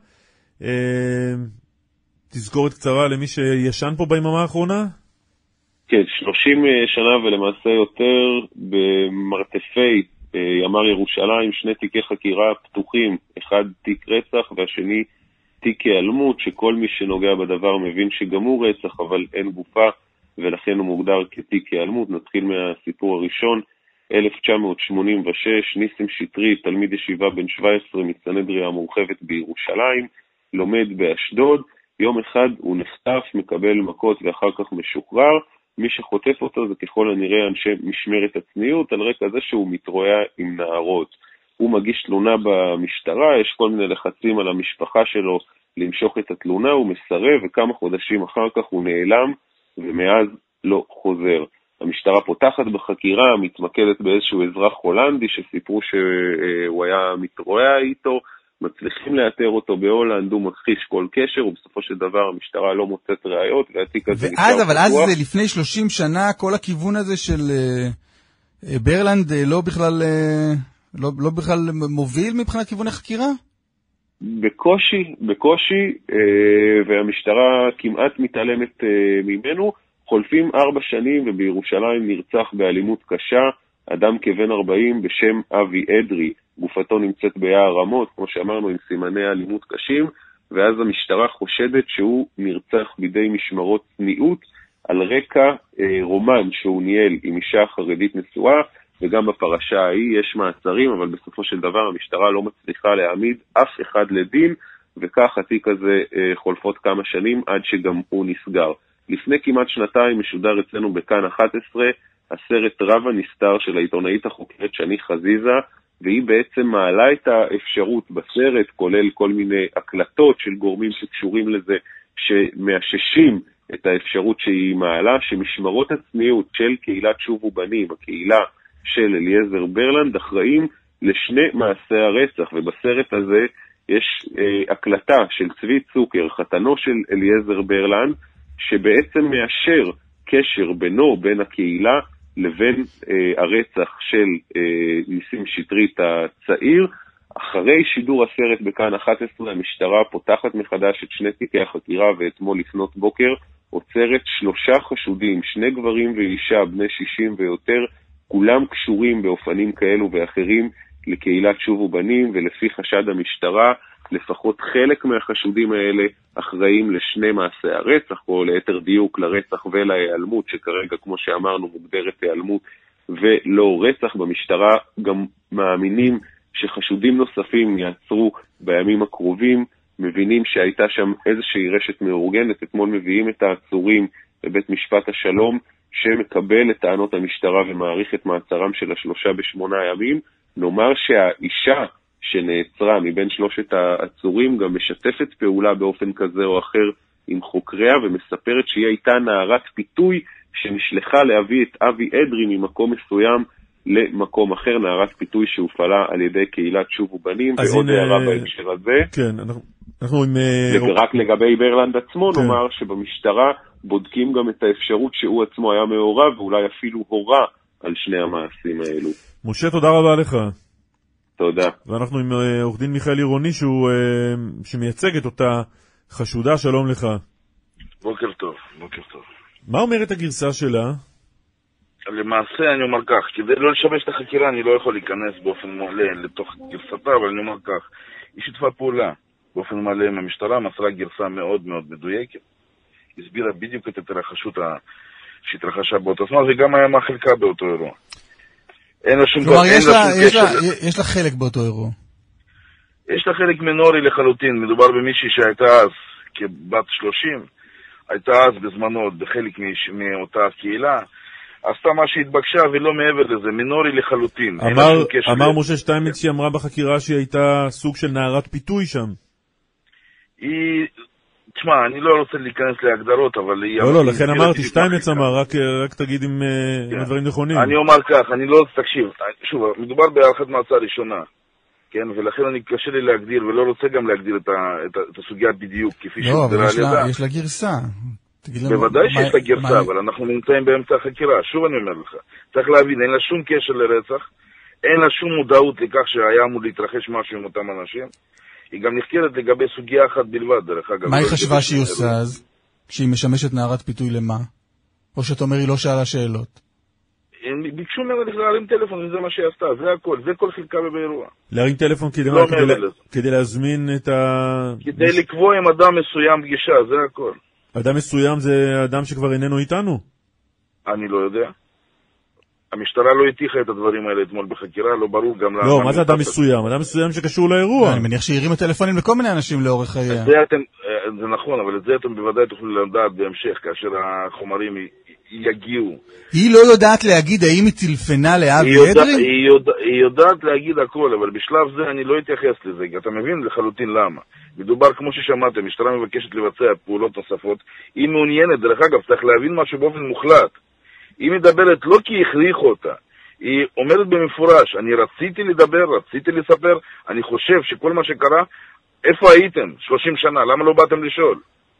תזכורת קצרה למי שישן פה ביממה האחרונה? כן, 30 שנה ולמעשה יותר במרתפי ימ"ר ירושלים, 2 תיקי חקירה פתוחים, אחד תיק רצח והשני תיק היעלמות, שכל מי שנוגע בדבר מבין שגם הוא רצח, אבל אין גופה, ולכן הוא מוגדר כתיק היעלמות. נתחיל מהסיפור הראשון, 1986, ניסים שטרית, תלמיד ישיבה בן 17 מסנהדריה המורחבת בירושלים, לומד באשדוד, יום אחד הוא נחטף, מקבל מכות ואחר כך משוחרר. מי שחוטף אותו זה ככל הנראה אנשי משמרת הצניעות, על רקע זה שהוא מתרועע עם נערות. הוא מגיש תלונה במשטרה, יש כל מיני לחצים על המשפחה שלו למשוך את התלונה, הוא מסרב, וכמה חודשים אחר כך הוא נעלם, ומאז לא חוזר. המשטרה פותחת בחקירה, מתמקדת באיזשהו אזרח הולנדי שסיפרו שהוא היה מתרועע איתו, מצליחים לאתר אותו בהולנד, הוא מכחיש כל קשר, ובסופו של דבר המשטרה לא מוצאת ראיות, והתיק הזה נשאר פתוח. אבל אז זה לפני 30 שנה, כל הכיוון הזה של ברלנד לא בכלל מוביל מבחינת כיווני חקירה? בקושי, והמשטרה כמעט מתעלמת ממנו. חולפים 4 שנים, ובירושלים נרצח באלימות קשה, אדם כבן 40 בשם אבי אדרי. גופתו נמצאת ביער רמות, כמו שאמרנו, עם סימני אלימות קשים, ואז המשטרה חושדת שהוא נרצח בידי משמרות צניעות, על רקע רומן שהוא ניהל עם אישה חרדית נשואה, וגם בפרשה ההיא יש מעצרים, אבל בסופו של דבר המשטרה לא מצליחה להעמיד אף אחד לדין, וכך התיק הזה חולפות כמה שנים עד שגם הוא נסגר. לפני כמעט 2 משודר אצלנו בכאן 11, הסרט רב הנסתר של העיתונאית החוקרת שני חזיזה, והיא בעצם מעלה את האפשרות בסרט, כולל כל מיני הקלטות של גורמים שקשורים לזה, שמאששים את האפשרות שהיא מעלה, שמשמרות הצניעות של קהילת שוב ובנים, הקהילה של אליעזר ברלנד, אחראים לשני מעשי הרצח, ובסרט הזה יש הקלטה של צבי צוקר, חתנו של אליעזר ברלנד, שבעצם מאשר קשר בינו, בין הקהילה, לבין הרצח של ניסים שטרית הצעיר. אחרי שידור הסרט בכאן 11, המשטרה פותחת מחדש את 2 תיקי החקירה, ואתמול לפנות בוקר עוצרת 3 חשודים, 2 גברים ואישה בני 60 ויותר, כולם קשורים באופנים כאלו ואחרים לקהילת שוב ובנים, ולפי חשד המשטרה, לפחות חלק מהחשודים האלה אחראים לשני מעשי הרצח, או ליתר דיוק לרצח ולהיעלמות, שכרגע, כמו שאמרנו, מוגדרת היעלמות ולא רצח. במשטרה גם מאמינים שחשודים נוספים יעצרו בימים הקרובים, מבינים שהייתה שם איזושהי רשת מאורגנת. אתמול מביאים את העצורים לבית משפט השלום, שמקבל את טענות המשטרה ומעריך את מעצרם של 3 ב8 ימים. נאמר שהאישה שנעצרה מבין 3 העצורים גם משתפת פעולה באופן כזה או אחר עם חוקריה, ומספרת שהיא הייתה נערת פיתוי שנשלחה להביא את אבי אדרי ממקום מסוים למקום אחר, נערת פיתוי שהופעלה על ידי קהילת שוב ובנים. ועוד הערה בהקשר הזה, כן, אנחנו עם... ורק לגבי ברלנד עצמו, כן. נאמר שבמשטרה בודקים גם את האפשרות שהוא עצמו היה מעורב, ואולי אפילו הורה על שני המעשים האלו. משה, תודה רבה לך. תודה. ואנחנו עם עורך דין מיכאל עירוני, שמייצג את אותה חשודה. שלום לך. בוקר טוב, בוקר טוב. מה אומרת הגרסה שלה? למעשה אני אומר כך, כדי לא לשבש את החקירה אני לא יכול להיכנס באופן מלא לתוך גרסתה, אבל אני אומר כך, היא שיתפה פעולה באופן מלא עם המשטרה, מסרה גרסה מאוד מאוד מדויקת, הסבירה בדיוק את התרחשות שהתרחשה באותו זמן, וגם היה מה חלקה באותו אירוע. כלומר, יש לה חלק באותו אירוע. יש לה חלק מינורי לחלוטין. מדובר במישהי שהייתה אז כבת 30, הייתה אז בזמנו בחלק מאותה קהילה, עשתה מה שהתבקשה ולא מעבר לזה, מינורי לחלוטין. אמר משה שטיימץ שהיא אמרה בחקירה שהיא הייתה סוג של נערת פיתוי שם. תשמע, אני לא רוצה להיכנס להגדרות, אבל... לא, לכן אמרתי, שטיימץ אמר, רק תגיד אם הדברים נכונים. אני אומר כך, אני לא... תקשיב, שוב, מדובר בהארכת מעצר ראשונה. כן, ולכן אני קשה לי להגדיר, ולא רוצה גם להגדיר את הסוגיה בדיוק, כפי שהגדרה על ידה. יש לה גרסה. בוודאי שיש לה גרסה, אבל אנחנו נמצאים באמצע החקירה. שוב אני אומר לך, צריך להבין, אין לה שום קשר לרצח, אין לה שום מודעות לכך שהיה אמור להתרחש משהו עם אותם אנשים. היא גם נחקרת לגבי סוגיה אחת בלבד, דרך אגב. מה היא חשבה שהיא עושה אז? כשהיא משמשת נערת פיתוי למה? או שאתה אומר היא לא שאלה שאלות? הם ביקשו ממנו להרים טלפון, וזה מה שהיא עשתה, זה הכל, זה כל חלקה באירוע. להרים טלפון כדי להזמין את ה... כדי לקבוע עם אדם מסוים פגישה, זה הכל. אדם מסוים זה אדם שכבר איננו איתנו? אני לא יודע. המשטרה לא התיחה את הדברים האלה אתמול בחקירה, לא ברור גם למה... לא, מה זה אדם מסוים? אדם מסוים שקשור לאירוע. אני מניח שהרימה טלפונים לכל מיני אנשים לאורך חייה. זה נכון, אבל את זה אתם בוודאי תוכלו לדעת בהמשך, כאשר החומרים יגיעו. היא לא יודעת להגיד האם היא טלפנה לאבי אדרי? היא יודעת להגיד הכל, אבל בשלב זה אני לא אתייחס לזה, אתה מבין לחלוטין למה. מדובר, כמו ששמעתם, משטרה מבקשת לבצע פעולות נוספות, היא מעוניינת, דרך אגב, צריך להבין משהו באופן מוחלט. היא מדברת לא כי הכריחו אותה, היא אומרת במפורש, אני רציתי לדבר, רציתי לספר, אני חושב שכל מה שקרה, איפה הייתם 30 שנה, למה לא באתם לשאול?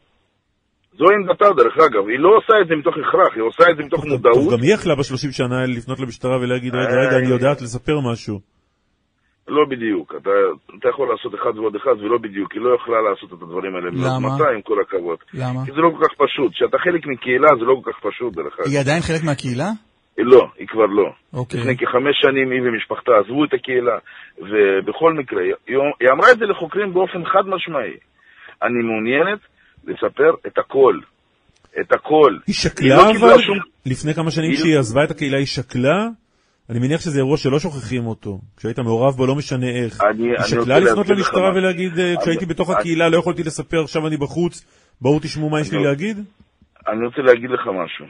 זו עמדתה דרך אגב, היא לא עושה את זה מתוך הכרח, היא עושה את זה מתוך מודעות. גם היא יכלה ב-30 שנה האלה לפנות למשטרה ולהגיד, רגע, אני יודעת לספר משהו. לא בדיוק, אתה יכול לעשות אחד ועוד אחד ולא בדיוק, היא לא יכלה לעשות את הדברים האלה. למה? מתי, עם כל הכבוד. למה? כי זה לא כל כך פשוט, שאתה חלק מקהילה זה לא כל כך פשוט דרך אגב. היא עדיין חלק מהקהילה? לא, היא כבר לא. אוקיי. לפני כ5 שנים היא ומשפחתה עזבו את הקהילה, ובכל מקרה, היא אמרה את זה לחוקרים באופן חד משמעי. אני מעוניינת לספר את הכל. את הכל. היא שקלה אבל, לפני כמה שנים כשהיא עזבה את הקהילה היא שקלה? אני מניח שזה אירוע שלא שוכחים אותו. כשהיית מעורב בו לא משנה איך. היא שקלה לפנות למשטרה ולהגיד, כשהייתי בתוך הקהילה לא יכולתי לספר, עכשיו אני בחוץ, בואו תשמעו מה יש לי להגיד? אני רוצה להגיד לך משהו.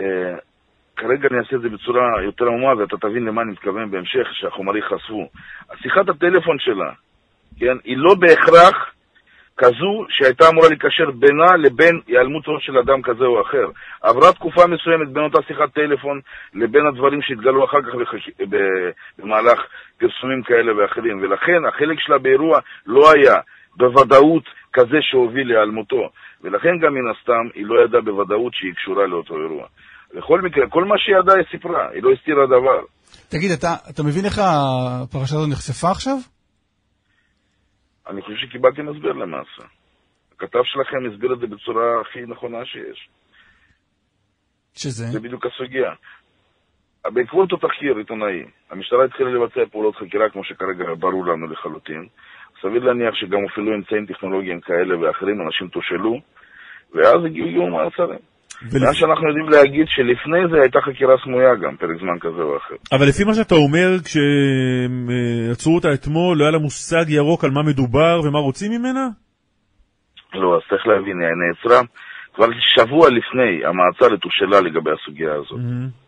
כרגע אני אעשה את זה בצורה יותר עמומה, ואתה תבין למה אני מתכוון בהמשך, שהחומרים חשפו. שיחת הטלפון שלה, כן, היא לא בהכרח כזו שהייתה אמורה לקשר בינה לבין היעלמותו של אדם כזה או אחר. עברה תקופה מסוימת בין אותה שיחת טלפון לבין הדברים שהתגלו אחר כך במהלך פרסומים כאלה ואחרים. ולכן החלק שלה באירוע לא היה בוודאות כזה שהוביל להיעלמותו. ולכן גם מן הסתם היא לא ידעה בוודאות שהיא קשורה לאותו אירוע. בכל מקרה, כל מה שהיא ידעה היא סיפרה, היא לא הסתירה דבר. תגיד, אתה מבין איך הפרשה הזו נחשפה עכשיו? אני חושב שקיבלתי מסביר למעשה. הכתב שלכם הסביר את זה בצורה הכי נכונה שיש. שזה? זה בדיוק הסוגיה. בעקבות אותו תחקיר עיתונאי, המשטרה התחילה לבצע פעולות חקירה כמו שכרגע ברור לנו לחלוטין. סביר להניח שגם אפילו אמצעים טכנולוגיים כאלה ואחרים, אנשים תושלו, ואז הגיעו מעצרים. מה שאנחנו יודעים להגיד שלפני זה הייתה חקירה סמויה גם, פרק זמן כזה או אחר. אבל לפי מה שאתה אומר, כשעצרו אותה אתמול, לא היה לה מושג ירוק על מה מדובר ומה רוצים ממנה? לא, אז צריך להבין, היא נעצרה כבר שבוע לפני המעצר לתושלה לגבי הסוגיה הזאת.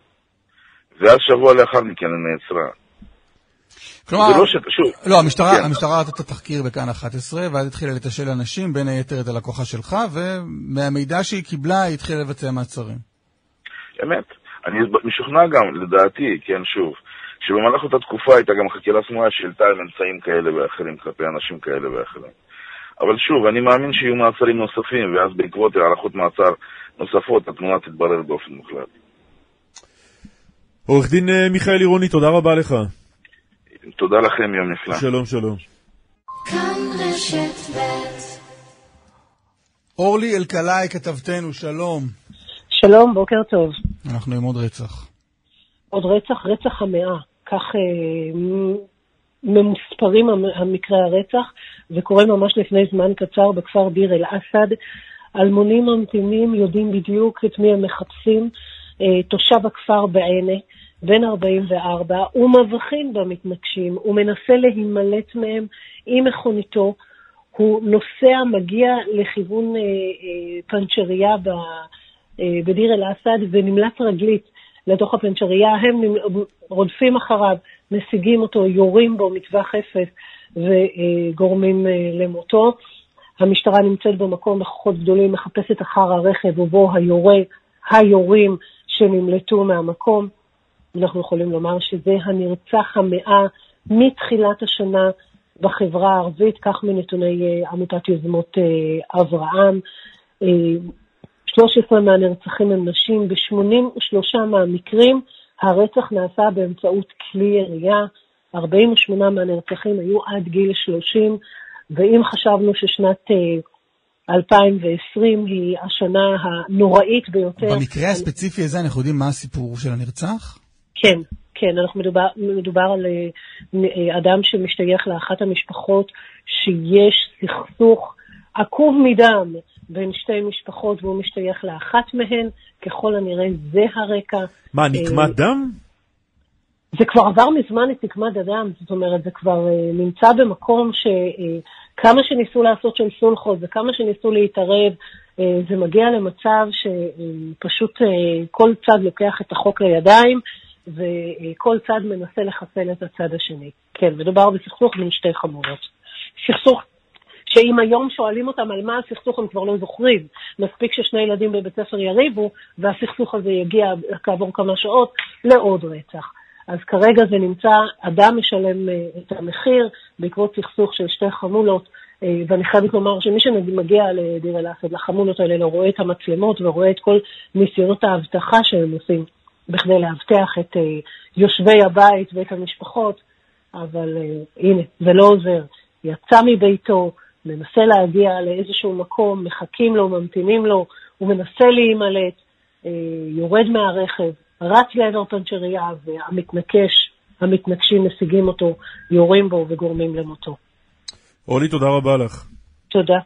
ואז שבוע לאחר מכן היא נעצרה. כלומר, לא, המשטרה עשתה את התחקיר בכאן 11, ואז התחילה לתשאל אנשים, בין היתר את הלקוחה שלך, ומהמידע שהיא קיבלה, היא התחילה לבצע מעצרים. אמת. אני משוכנע גם, לדעתי, כן, שוב, שבמהלך אותה תקופה הייתה גם חקירה סמויה שהעלתה עם אמצעים כאלה ואחרים, כלפי אנשים כאלה ואחרים. אבל שוב, אני מאמין שיהיו מעצרים נוספים, ואז בעקבות הערכות מעצר נוספות, התמונה תתברר באופן מוחלט. עורך דין מיכאל עירוני, תודה רבה לך. תודה לכם, יום נפלא. שלום, שלום. אורלי אלקלעי, כתבתנו, שלום. שלום, בוקר טוב. אנחנו עם עוד רצח. עוד רצח המאה. כך ממוספרים המקרה הרצח, וקורה ממש לפני זמן קצר בכפר דיר אל אסד. אלמונים ממתינים יודעים בדיוק את מי הם מחפשים. תושב הכפר בעיני. בן 44, הוא מבחין במתנגשים, הוא מנסה להימלט מהם עם מכוניתו, הוא נוסע, מגיע לכיוון פנצ'ריה בדיר אל אסד ונמלט רגלית לתוך הפנצ'ריה, הם רודפים אחריו, משיגים אותו, יורים בו מטווח אפס וגורמים למותו. המשטרה נמצאת במקום בכוחות גדולים, מחפשת אחר הרכב ובו היורים שנמלטו מהמקום. אנחנו יכולים לומר שזה הנרצח המאה מתחילת השנה בחברה הערבית, כך מנתוני עמותת יוזמות אברהם. 13 מהנרצחים הם נשים, ב-83 מהמקרים הרצח נעשה באמצעות כלי ירייה, 48 מהנרצחים היו עד גיל 30, ואם חשבנו ששנת 2020 היא השנה הנוראית ביותר. במקרה הספציפי הזה אנחנו יודעים מה הסיפור של הנרצח? כן, כן, מדובר על אדם שמשתייך לאחת המשפחות שיש סכסוך עקוב מדם בין שתי משפחות והוא משתייך לאחת מהן, ככל הנראה זה הרקע. מה, נקמת דם? זה כבר עבר מזמן את נקמת הדם, זאת אומרת, זה כבר נמצא במקום שכמה שניסו לעשות של סולחות וכמה שניסו להתערב, זה מגיע למצב שפשוט כל צד לוקח את החוק לידיים, וכל צד מנסה לחסל את הצד השני. כן, מדובר בסכסוך בין שתי חמולות. סכסוך שאם היום שואלים אותם על מה הסכסוך הם כבר לא זוכרים. מספיק ששני ילדים בבית ספר יריבו, והסכסוך הזה יגיע כעבור כמה שעות לעוד רצח. אז כרגע זה נמצא, אדם משלם את המחיר בעקבות סכסוך של שתי חמולות, ואני חייבת לומר שמי שמגיע לדיר אל-אסד, לחמולות האלה, לא רואה את המצלמות ורואה את כל ניסיונות ההבטחה שהם עושים, בכדי להבטח את יושבי הבית ואת המשפחות, אבל הנה, זה לא עוזר. יצא מביתו, מנסה להגיע לאיזשהו מקום, מחכים לו, ממתינים לו, הוא מנסה להימלט, יורד מהרכב, רץ לעבר פנצ'ריה, והמתנגשים משיגים אותו, יורים בו וגורמים למותו. אולי, תודה רבה לך. תודה.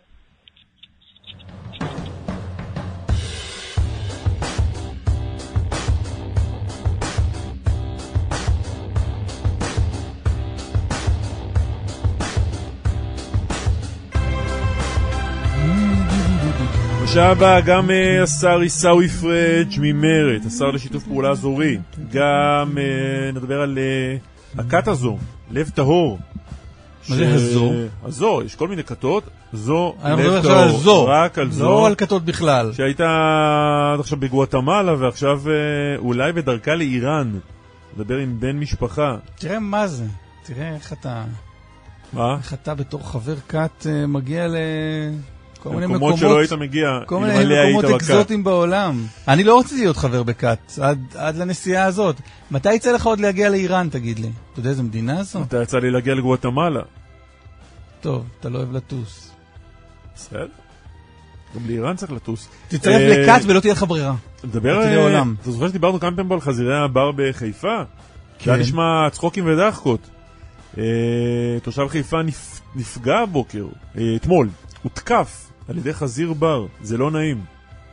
בשעה הבאה גם השר עיסאווי פריג' ממרצ, השר לשיתוף פעולה אזורי, גם נדבר על הכת הזו, לב טהור. מה זה הזו? הזו, יש כל מיני כתות, זו לב טהור, רק על זו. לא על כתות בכלל. שהייתה עד עכשיו בגואטמלה ועכשיו אולי בדרכה לאיראן, לדבר עם בן משפחה. תראה מה זה, תראה איך אתה... מה? איך אתה בתור חבר כת מגיע ל... כל מיני מקומות שלא היית מגיע, כל מיני מקומות אקזוטיים בעולם. אני לא רציתי להיות חבר בכת, עד לנסיעה הזאת. מתי יצא לך עוד להגיע לאיראן, תגיד לי? אתה יודע איזה מדינה זו? מתי יצא לי להגיע לגואטמלה? טוב, אתה לא אוהב לטוס. בסדר. גם לאיראן צריך לטוס. תצטרף לכת ולא תהיה לך ברירה. דבר, אתה זוכר שדיברנו כמה פעמים על חזירי הבר בחיפה? זה היה נשמע צחוקים ודחקות. תושב חיפה נפגע הבוקר, אתמול, הותקף על ידי חזיר בר, זה לא נעים.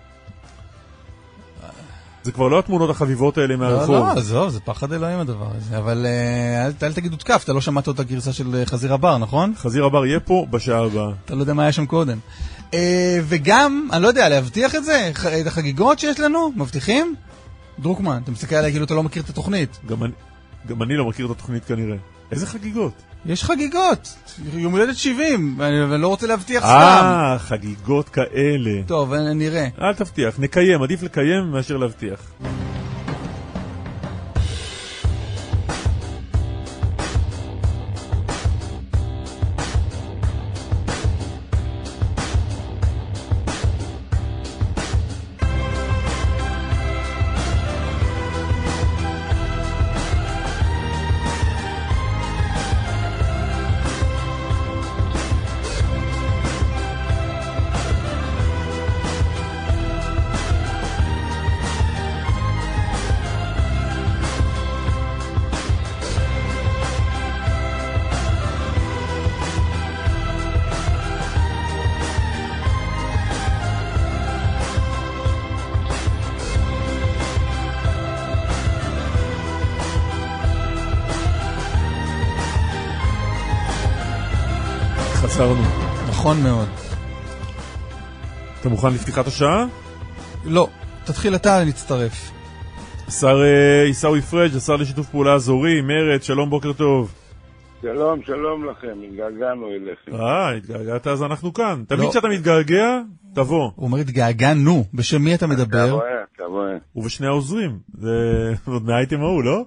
זה כבר לא התמונות החביבות האלה מהרחוב. לא, עזוב, זה פחד אלוהים הדבר הזה. אבל אל תגיד הותקף, אתה לא שמעת אותה גרסה של חזיר הבר, נכון? חזיר הבר יהיה פה בשעה הבאה. אתה לא יודע מה היה שם קודם. וגם, אני לא יודע, להבטיח את זה, את החגיגות שיש לנו, מבטיחים? דרוקמן, אתה מסתכל עליי כאילו אתה לא מכיר את התוכנית. גם אני לא מכיר את התוכנית כנראה. איזה חגיגות? יש חגיגות, יום הולדת 70, אני לא רוצה להבטיח סתם. חגיגות כאלה. טוב, נראה. אל תבטיח, נקיים, עדיף לקיים מאשר להבטיח. חזרנו. נכון מאוד. אתה מוכן לפתיחת השעה? לא, תתחיל אתה להצטרף. השר עיסאווי פריג', השר לשיתוף פעולה אזורי, מרצ, שלום, בוקר טוב. שלום, שלום לכם, התגעגענו אליכם. התגעגעת אז אנחנו כאן. תמיד כשאתה מתגעגע, תבוא. הוא אומר התגעגענו, בשם מי אתה מדבר? תבוא. ובשני העוזרים, זה עוד מהאייטם ההוא, לא?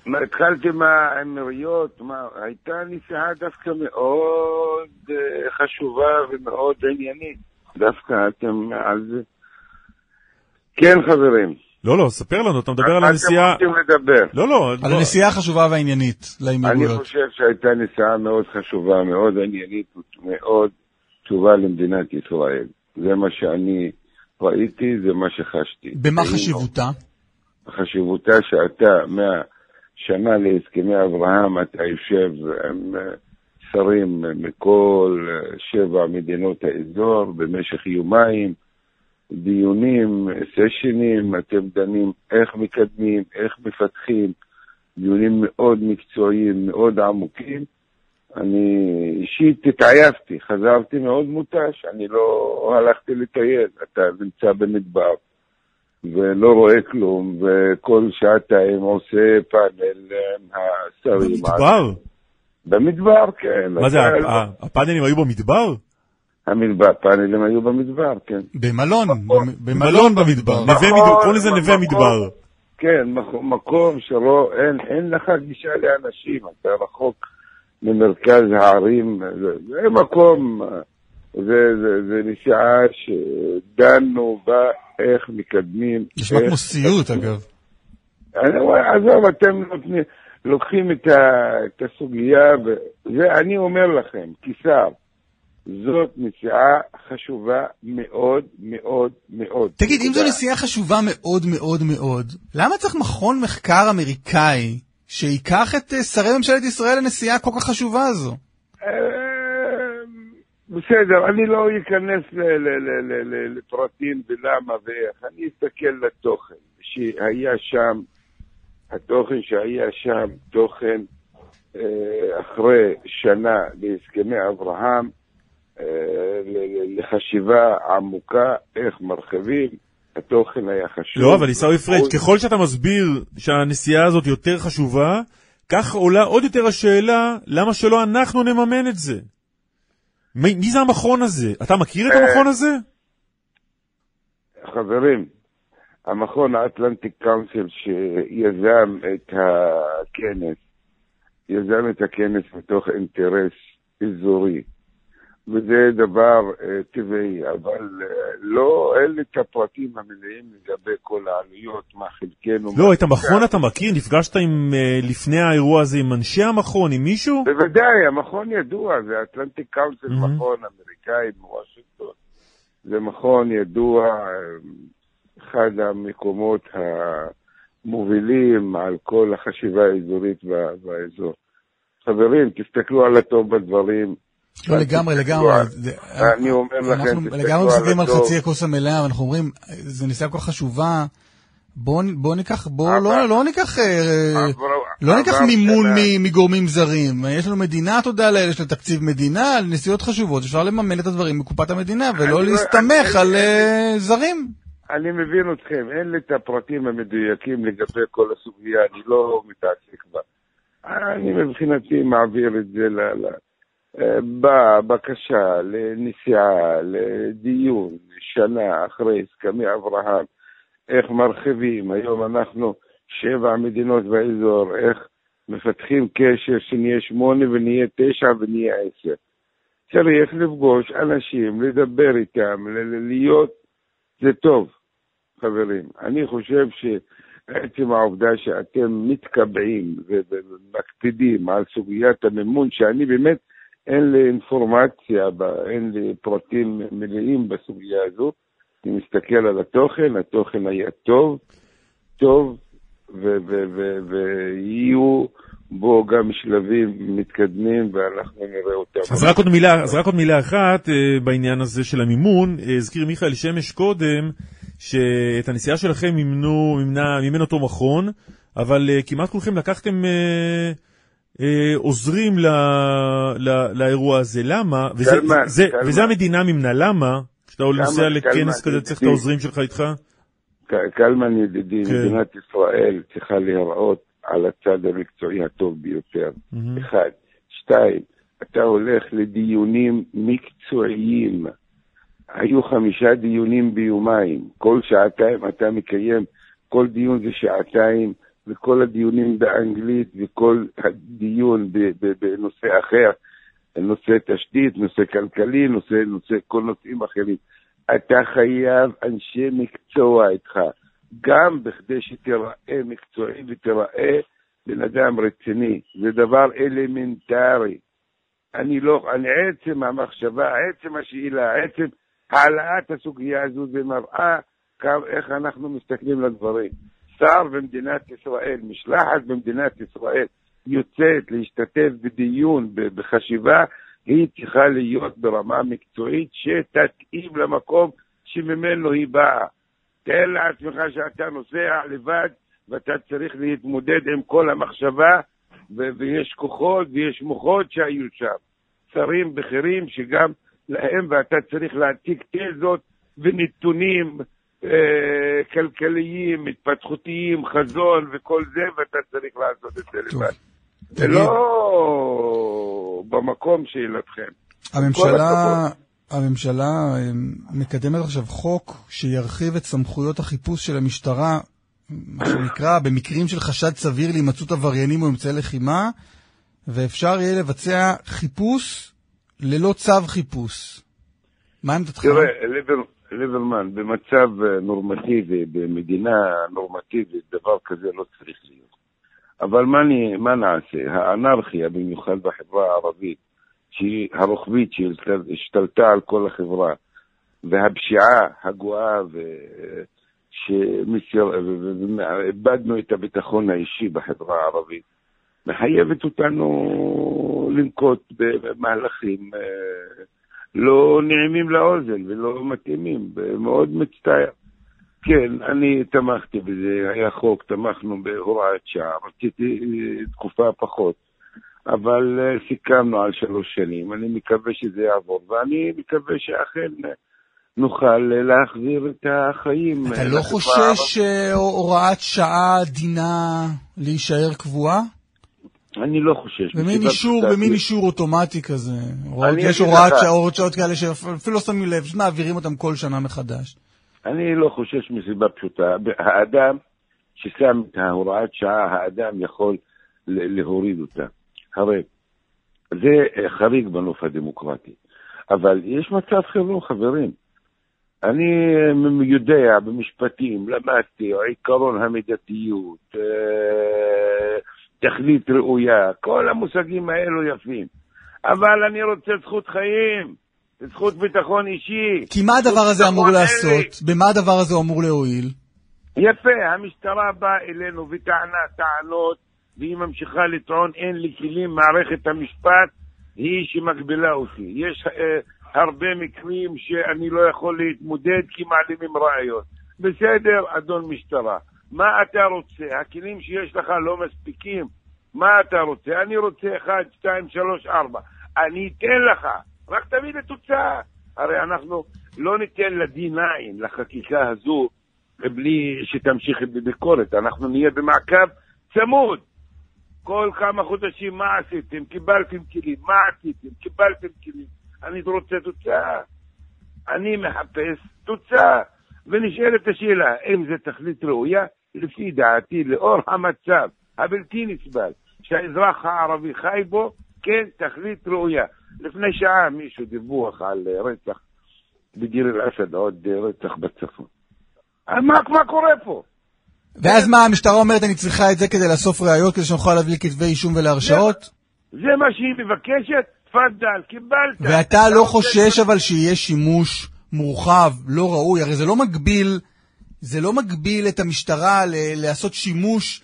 התחלתי מהאמירויות, הייתה נסיעה דווקא מאוד חשובה ומאוד עניינית. דווקא אתם על זה. כן, חברים. לא, ספר לנו, אתה מדבר על הנסיעה... אתם רוצים לדבר. לא. על הנסיעה החשובה והעניינית לאמירויות. אני חושב שהייתה נסיעה מאוד חשובה, מאוד עניינית, מאוד טובה למדינת ישראל. זה מה שאני ראיתי, זה מה שחשתי. במה חשיבותה? חשיבותה שאתה מהשנה להסכמי אברהם, אתה יושב עם שרים מכל 7 מדינות האזור במשך יומיים, דיונים, סשנים, אתם דנים איך מקדמים, איך מפתחים, דיונים מאוד מקצועיים, מאוד עמוקים. אני אישית התעייפתי, חזרתי מאוד מותש, אני לא הלכתי לטייל, אתה נמצא במדבר ולא רואה כלום, וכל שעתיים עושה פאנל עם השרים. במדבר? במדבר, כן. מה זה, הפאנלים היו במדבר? הפאנלים היו במדבר, כן. במלון במדבר. קוראים לזה נווה המדבר. כן, מקום שלא, אין לך גישה לאנשים, אתה רחוק ממרכז הערים, זה מקום, זה נסיעה שדנו בה איך מקדמים. נשמע כמו סיוט, אגב. עזוב, אתם לוקחים את הסוגיה, ואני אומר לכם, כשר, זאת נסיעה חשובה מאוד מאוד מאוד. תגיד, אם זו נסיעה חשובה מאוד מאוד מאוד, למה צריך מכון מחקר אמריקאי שיקח את שרי ממשלת ישראל לנסיעה כל כך חשובה הזו? בסדר, אני לא אכנס לפרטים ולמה ואיך. אני אסתכל לתוכן שהיה שם, התוכן שהיה שם, תוכן אחרי שנה להסכמי אברהם, לחשיבה עמוקה, איך מרחיבים, התוכן היה חשוב. לא, אבל עיסאווי פריג', ככל שאתה מסביר שהנסיעה הזאת יותר חשובה, כך עולה עוד יותר השאלה, למה שלא אנחנו נממן את זה? מי זה המכון הזה? אתה מכיר את המכון הזה? חברים, המכון האטלנטיק קאונסל שיזם את הכנס מתוך אינטרס אזורי. וזה דבר טבעי, אבל לא, אין את הפרטים המלאים לגבי כל העלויות, מה חלקנו. לא, את המכון אתה מכיר? נפגשת לפני האירוע הזה עם אנשי המכון, עם מישהו? בוודאי, המכון ידוע, זה אטלנטיק קאונסל, מכון אמריקאי בוושינגטון. זה מכון ידוע, אחד המקומות המובילים על כל החשיבה האזורית באזור. חברים, תסתכלו על הטוב בדברים. לא, לגמרי. אני אומר לכם, אנחנו לגמרי מסתכלים על חצי הכוס המלאה, ואנחנו אומרים, זו נסיעה כל כך חשובה, בוא ניקח מימון מגורמים זרים. יש לנו מדינה, תודה לאלה, יש לה תקציב מדינה, על נסיעות חשובות, אפשר לממן את הדברים מקופת המדינה, ולא להסתמך על זרים. אני מבין אתכם, אין לי את הפרטים המדויקים לגבי כל הסוגיה, אני לא מתעסק בה. אני מבחינתי מעביר את זה בבקשה לנסיעה, לדיון, שנה אחרי הסכמי אברהם, איך מרחיבים, היום אנחנו 7 מדינות באזור, איך מפתחים קשר שנהיה 8 ונהיה 9 ונהיה 10. צריך לפגוש אנשים, לדבר איתם, להיות, זה טוב, חברים. אני חושב שעצם העובדה שאתם מתקבעים ומקפידים על סוגיית המימון, שאני באמת אין לי אינפורמציה, אין לי פרטים מלאים בסוגיה הזו. אני מסתכל על התוכן היה טוב, ויהיו בו גם שלבים מתקדמים, ואנחנו נראה אותם. אז רק עוד מילה אחת בעניין הזה של המימון. הזכיר מיכאל שמש קודם, שאת הנסיעה שלכם מימן אותו מכון, אבל כמעט כולכם לקחתם עוזרים לאירוע הזה. למה? וזה המדינה ממנה. למה? כשאתה נוסע לכנס כזה צריך את העוזרים שלך איתך? קלמן ידידי, מדינת ישראל צריכה להראות על הצד המקצועי הטוב ביותר. 1. 2. אתה הולך לדיונים מקצועיים. היו 5 דיונים ביומיים. כל שעתיים אתה מקיים, כל דיון זה שעתיים, וכל הדיונים באנגלית, וכל הדיון בנושא אחר, נושא תשתית, נושא כלכלי, כל נושאים אחרים. אתה חייב אנשי מקצוע איתך, גם בכדי שתראה מקצועי ותראה בן אדם רציני. זה דבר אלמנטרי. עצם המחשבה, עצם השאלה, עצם העלאת הסוגיה הזו, זה מראה איך אנחנו מסתכלים לדברים. שר במדינת ישראל, משלחת במדינת ישראל, יוצאת להשתתף בדיון, בחשיבה, היא צריכה להיות ברמה מקצועית שתתאים למקום שממנו היא באה. תאר לעצמך שאתה נוסע לבד ואתה צריך להתמודד עם כל המחשבה, ויש כוחות ויש מוחות שהיו שם. שרים בכירים שגם להם, ואתה צריך להעתיק תזות ונתונים כלכליים, התפתחותיים, חזון וכל זה, ואתה צריך לעשות את זה לבד. זה לא במקום שאלתכם. הממשלה מקדמת עכשיו חוק שירחיב את סמכויות החיפוש של המשטרה, מה שנקרא, במקרים של חשד סביר להימצאות עבריינים או אמצעי לחימה, ואפשר יהיה לבצע חיפוש ללא צו חיפוש. מה עמדתך? תראה, ליברמן, במצב נורמטיבי, במדינה נורמטיבית, דבר כזה לא צריך להיות. אבל מה נעשה? האנרכיה, במיוחד בחברה הערבית, שהיא הרוחבית, שהשתלטה על כל החברה, והפשיעה הגואה, שאיבדנו את הביטחון האישי בחברה הערבית, מחייבת אותנו לנקוט במהלכים לא נעימים לאוזן ולא מתאימים, מאוד מצטער. כן, אני תמכתי בזה, היה חוק, תמכנו בהוראת שעה, רציתי תקופה פחות, אבל סיכמנו על 3 שנים, אני מקווה שזה יעבור, ואני מקווה שאכן נוכל להחזיר את החיים. אתה לא חושש שהוראת שעה דינה להישאר קבועה? אני לא חושש. במין אישור אוטומטי כזה. יש הוראות שעות כאלה שאפילו לא שמים לב, שמעבירים אותם כל שנה מחדש. אני לא חושש מסיבה פשוטה. האדם ששם את ההוראת שעה, האדם יכול להוריד אותה. הרי זה חריג בנוף הדמוקרטי. אבל יש מצב חירום, חברים. אני יודע במשפטים, למדתי, עיקרון המידתיות, תכלית ראויה, כל המושגים האלו יפים. אבל אני רוצה זכות חיים, זכות ביטחון אישי. כי מה הדבר הזה אמור לעשות? במה הדבר הזה אמור להועיל? יפה, המשטרה באה אלינו וטענה טענות, והיא ממשיכה לטעון, אין לי כלים, מערכת המשפט היא שמגבילה אותי. יש הרבה מקרים שאני לא יכול להתמודד כי מעלימים ראיות. בסדר, אדון משטרה. מה אתה רוצה? הכלים שיש לך לא מספיקים. מה אתה רוצה? אני רוצה 1, 2, 3, 4. אני אתן לך. רק תביא לתוצאה. הרי אנחנו לא ניתן ל-D9, לחקיקה הזו, בלי שתמשיך בביקורת. אנחנו נהיה במעקב צמוד. כל כמה חודשים מה עשיתם? קיבלתם כלים. מה עשיתם? קיבלתם כלים. אני רוצה תוצאה. אני מחפש תוצאה. ונשאלת השאלה, אם זה תכלית ראויה, לפי דעתי, לאור המצב הבלתי נסבל שהאזרח הערבי חי בו, כן, תכלית ראויה. לפני שעה מישהו דיווח על רצח בדיר אל-אסד, עוד רצח בצפון. מה קורה פה? ואז מה, המשטרה אומרת, אני צריכה את זה כדי לאסוף ראיות, כדי שנוכל להביא כתבי אישום ולהרשעות? זה מה שהיא מבקשת? תפדל, קיבלת. ואתה לא חושש אבל שיהיה שימוש מורחב, לא ראוי, הרי זה לא מגביל את המשטרה לעשות שימוש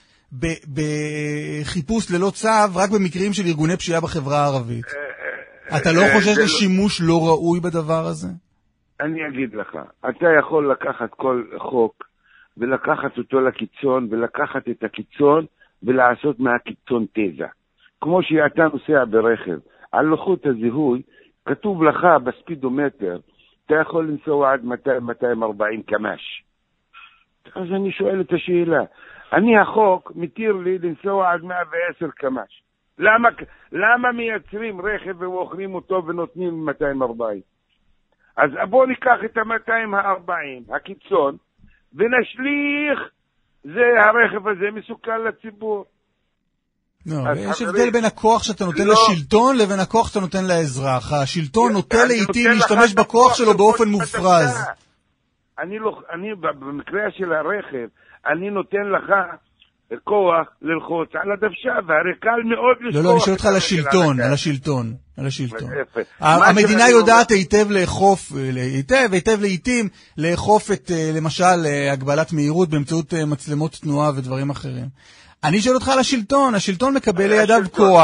בחיפוש ללא צו, רק במקרים של ארגוני פשיעה בחברה הערבית. אתה לא חושש לשימוש לא ראוי בדבר הזה? אני אגיד לך, אתה יכול לקחת כל חוק, ולקחת אותו לקיצון, ולקחת את הקיצון, ולעשות מהקיצון תזה. כמו שאתה נוסע ברכב, על לוחות הזיהוי, כתוב לך בספידומטר, אתה יכול לנסוע עד 240 קמ"ש. אז אני שואל את השאלה, החוק מתיר לי לנסוע עד 110 קמ"ש. למה מייצרים רכב ומוכרים אותו ונותנים 240? אז בואו ניקח את 240, הקיצון, ונשליך הרכב הזה מסוכן לציבור. יש הבדל בין הכוח שאתה נותן לשלטון לבין הכוח שאתה נותן לאזרח. השלטון נוטה לעתים להשתמש בכוח שלו באופן מופרז. אני במקרה של הרכב, אני נותן לך כוח ללחוץ על הדוושה, והרי קל מאוד לשכוח. לא, אני שואל אותך על השלטון. המדינה יודעת היטב לאכוף, היטב לעתים לאכוף את, למשל, הגבלת מהירות באמצעות מצלמות תנועה ודברים אחרים. אני שואל אותך על השלטון מקבל לידיו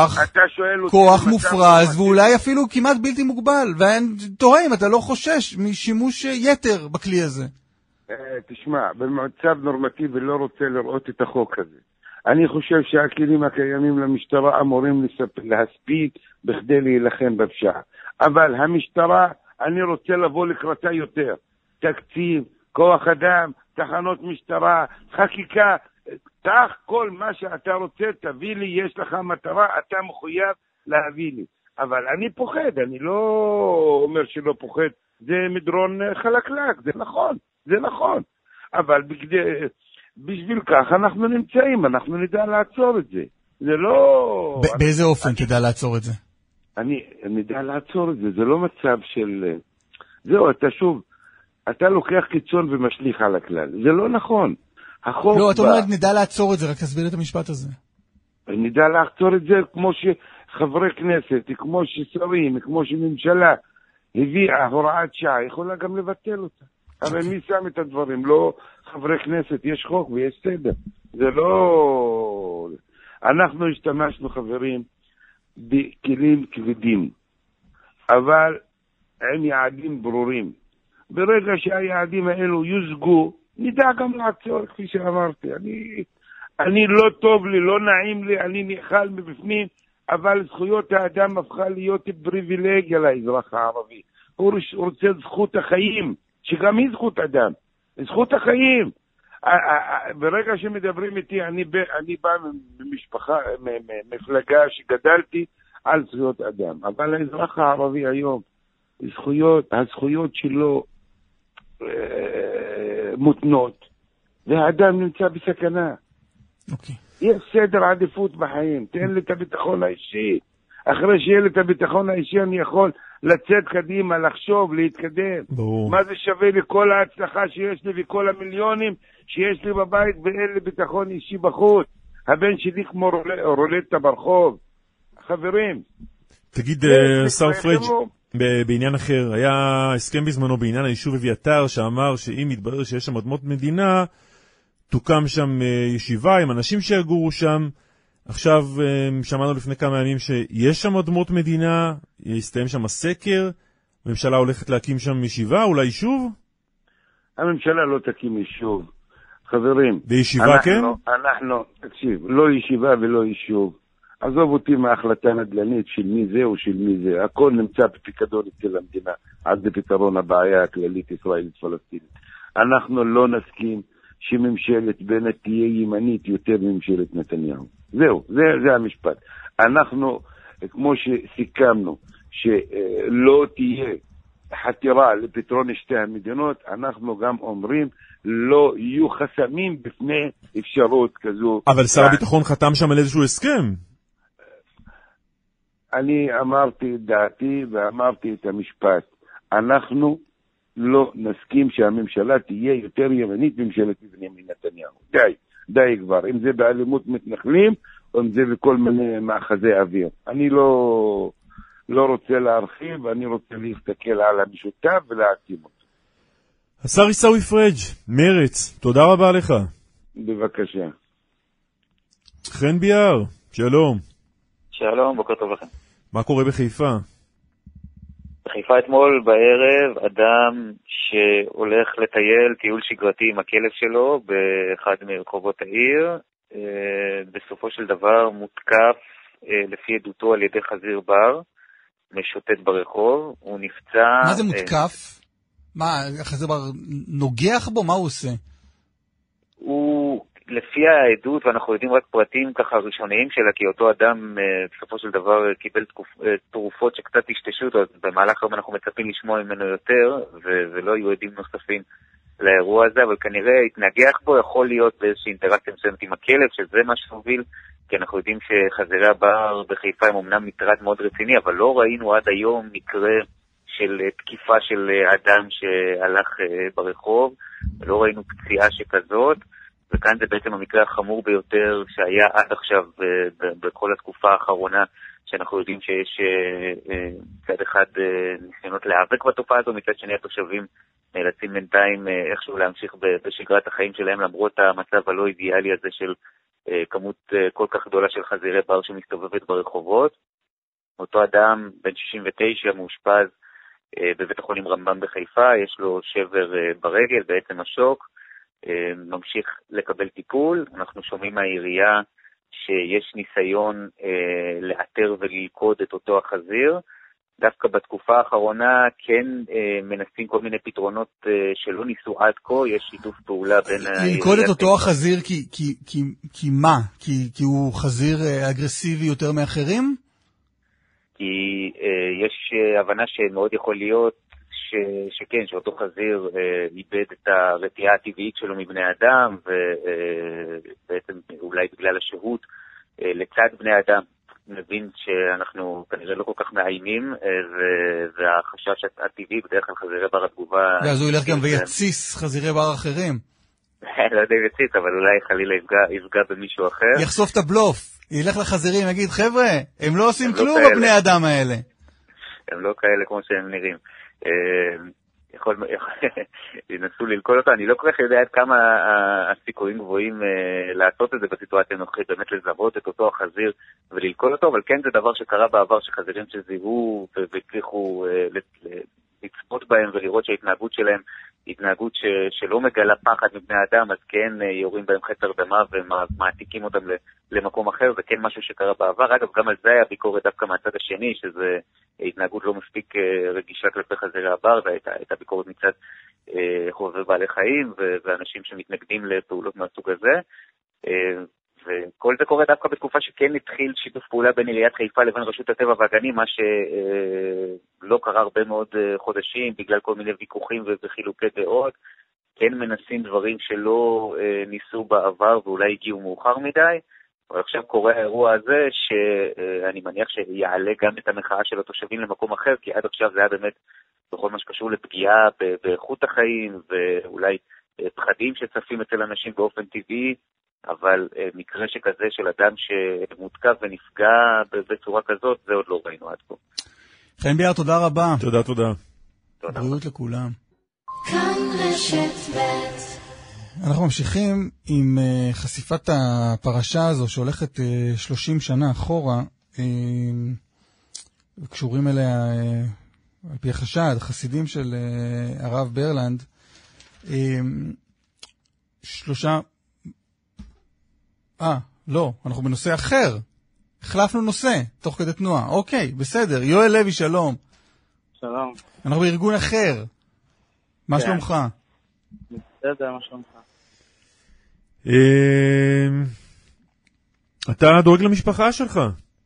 כוח מופרז, ואולי אפילו כמעט בלתי מוגבל, ואני תוהה אם אתה לא חושש משימוש יתר בכלי הזה. תשמע, במצב נורמטיבי לא רוצה לראות את החוק הזה. אני חושב שהכלים הקיימים למשטרה אמורים להספיק בכדי להילחם בפשיעה. אבל המשטרה, אני רוצה לבוא לקראתה יותר. תקציב, כוח אדם, תחנות משטרה, חקיקה, תח כל מה שאתה רוצה, תביא לי, יש לך מטרה, אתה מחויב להביא לי. אבל אני פוחד, אני לא אומר שלא פוחד, זה מדרון חלקלק, זה נכון. אבל בשביל כך אנחנו נמצאים, אנחנו נדע לעצור את זה. זה לא... באיזה אופן תדע לעצור את זה? אני נדע לעצור את זה, זה לא מצב של... זהו, אתה לוקח קיצון ומשליך על הכלל. זה לא נכון. לא, אתה אומר נדע לעצור את זה, רק תסביר את המשפט הזה. נדע לעצור את זה כמו שחברי כנסת, כמו ששרים, כמו שממשלה הביאה הוראת שעה, יכולה גם לבטל אותה. אבל מי שם את הדברים? לא חברי כנסת, יש חוק ויש סדר. זה לא... אנחנו השתמשנו, חברים, בכלים כבדים, אבל עם יעדים ברורים. ברגע שהיעדים האלו יושגו, נדע גם לעצור, כפי שאמרתי. אני לא טוב לי, לא נעים לי, אני נאכל מבפנים, אבל זכויות האדם הפכה להיות פריבילגיה לאזרח הערבי. הוא רוצה זכות החיים, שגם היא זכות אדם. זכות החיים. ברגע שמדברים איתי, אני בא ממשפחה, מפלגה שגדלתי על זכויות אדם. אבל האזרח הערבי היום, הזכויות שלו מותנות, והאדם נמצא בסכנה. יש סדר עדיפות בחיים. תן לי את הביטחון האישי. אחרי שיהיה לי את הביטחון האישי, אני יכול לצאת קדימה, לחשוב, להתקדם. מה זה שווה לי כל ההצלחה שיש לי וכל המיליונים שיש לי בבית ואין לי ביטחון אישי בחוץ? הבן שלי כמו רולטה ברחוב. חברים. תגיד, שר פריג', בעניין אחר, היה הסכם בזמנו בעניין היישוב אביתר שאמר שאם יתברר שיש שם אדמות מדינה, תוקם שם ישיבה עם אנשים שיגורו שם. עכשיו שמענו לפני כמה ימים שיש שם אדמות מדינה, יסתיים שם הסקר, הממשלה הולכת להקים שם ישיבה, אולי יישוב? הממשלה לא תקים יישוב. חברים, בישיבה כן? תקשיב, לא ישיבה ולא יישוב. עזוב אותי מההחלטה נדל"נית של מי זה או של מי זה. הכל נמצא בפיקדון אצל המדינה, עד לפתרון הבעיה הכללית ישראלית פלסטינית. אנחנו לא נסכים שממשלת בנט תהיה ימנית יותר מממשלת נתניהו. זהו, זה המשפט. אנחנו, כמו שסיכמנו, שלא תהיה חתירה לפתרון שתי המדינות, אנחנו גם אומרים, לא יהיו חסמים בפני אפשרות כזו. אבל שר הביטחון חתם שם על איזשהו הסכם. אני אמרתי את דעתי ואמרתי את המשפט. אנחנו לא נסכים שהממשלה תהיה יותר ימנית מממשלת בנימין נתניהו. די כבר. אם זה באלימות מתנחלים, או אם זה בכל מיני מאחזי אוויר. אני לא רוצה להרחיב, אני רוצה להסתכל על המשותף ולהעצים אותו. השר עיסאווי פריג', מרץ, תודה רבה לך. בבקשה. חן ביאר, שלום. שלום, בוקר טוב לכם. מה קורה בחיפה? בחיפה אתמול בערב, אדם שהולך לטייל טיול שגרתי עם הכלב שלו באחד מרחובות העיר, בסופו של דבר מותקף לפי עדותו על ידי חזיר בר, משוטט ברחוב, הוא נפצע... מה זה מותקף? מה, חזיר בר נוגח בו? מה הוא עושה? הוא, לפי העדות, ואנחנו יודעים רק פרטים ככה ראשוניים שלה, כי אותו אדם בסופו של דבר קיבל תרופות שקצת השתשו אותו, אז במהלך היום אנחנו מצפים לשמוע ממנו יותר, ולא היו עדים נוספים לאירוע הזה, אבל כנראה התנגח בו, יכול להיות באיזושהי אינטראקציה מסוימת עם הכלב, שזה מה שהוביל, כי אנחנו יודעים שחזירי הבר בחיפה הם אמנם מטרד מאוד רציני, אבל לא ראינו עד היום מקרה של תקיפה של אדם שהלך ברחוב, לא ראינו פציעה שכזאת, וכאן זה בעצם המקרה החמור ביותר שהיה עד עכשיו בכל התקופה האחרונה, שאנחנו יודעים שיש צד אחד ניסיונות להיאבק בתופעה הזו, מצד שני התושבים נאלצים בינתיים איכשהו להמשיך בשגרת החיים שלהם, למרות המצב הלא אידיאלי הזה של כמות כל כך גדולה של חזירי בר שמסתובבת ברחובות. אותו אדם, בן 69, מאושפז בבית החולים רמב"ם בחיפה, יש לו שבר ברגל, בעצם השוק, ממשיך לקבל טיפול. אנחנו שומעים מהעירייה שיש ניסיון לאתר וללכוד את אותו החזיר. דווקא בתקופה האחרונה כן מנסים כל מיני פתרונות שלא ניסו עד כה, יש שיתוף פעולה בין... ללכוד את אותו החזיר כי מה? כי הוא חזיר אגרסיבי יותר מאחרים? כי יש הבנה שמאוד יכול להיות שכן, שאותו חזיר איבד את הרתיעה הטבעית שלו מבני אדם, ובעצם אולי בגלל השהות לצד בני אדם, מבין שאנחנו כנראה לא כל כך מאיימים, והחשש הטבעי בדרך כלל חזירי בר התגובה... אז הוא ילך גם ויציס חזירי בר אחרים. לא יודע יציס, אבל אולי חלילה יפגע במישהו אחר. יחשוף את הבלוף, ילך לחזירים, יגיד, חבר'ה, הם לא עושים כלום בבני אדם האלה. הם לא כאלה כמו שהם נראים. ינסו ללכוד אותו, אני לא כל כך יודע עד כמה הסיכויים גבוהים לעשות את זה בסיטואציה הנוכחית, באמת לזהות את אותו החזיר וללכוד אותו, אבל כן זה דבר שקרה בעבר שחזירים שזיהו והצליחו לצפות בהם ולראות שההתנהגות שלהם התנהגות שלא מגלה פחד מבני אדם, אז כן יורים בהם חץ הרדמה ומעתיקים אותם למקום אחר, זה כן משהו שקרה בעבר. אגב, גם על זה היה ביקורת דווקא מהצד השני, שזה התנהגות לא מספיק רגישה כלפי חזירי הבר, והייתה ביקורת מצד חובבי בעלי חיים ואנשים שמתנגדים לפעולות מהסוג הזה. וכל זה קורה דווקא בתקופה שכן התחיל שיתוף פעולה בין עיריית חיפה לבין רשות הטבע והגנים, מה שלא קרה הרבה מאוד חודשים, בגלל כל מיני ויכוחים וחילוקי דעות. כן מנסים דברים שלא ניסו בעבר ואולי הגיעו מאוחר מדי, אבל עכשיו קורה האירוע הזה שאני מניח שיעלה גם את המחאה של התושבים למקום אחר, כי עד עכשיו זה היה באמת בכל מה שקשור לפגיעה באיכות החיים ואולי פחדים שצפים אצל אנשים באופן טבעי, אבל מקרה שכזה של אדם שמותקף ונפגע בצורה כזאת, זה עוד לא ראינו עד פה. חיים ביאר, תודה רבה. תודה. בריאות לכולם. כאן רשת ב'. אנחנו ממשיכים עם חשיפת הפרשה הזו שהולכת 30 שנה אחורה, קשורים אליה על פי החשד, חסידים של הרב ברלנד, לא, אנחנו בנושא אחר. החלפנו נושא, תוך כדי תנועה. אוקיי, בסדר. יואל לוי, שלום. שלום. אנחנו בארגון אחר. מה שלומך? בסדר, מה שלומך? אתה דואג למשפחה שלך.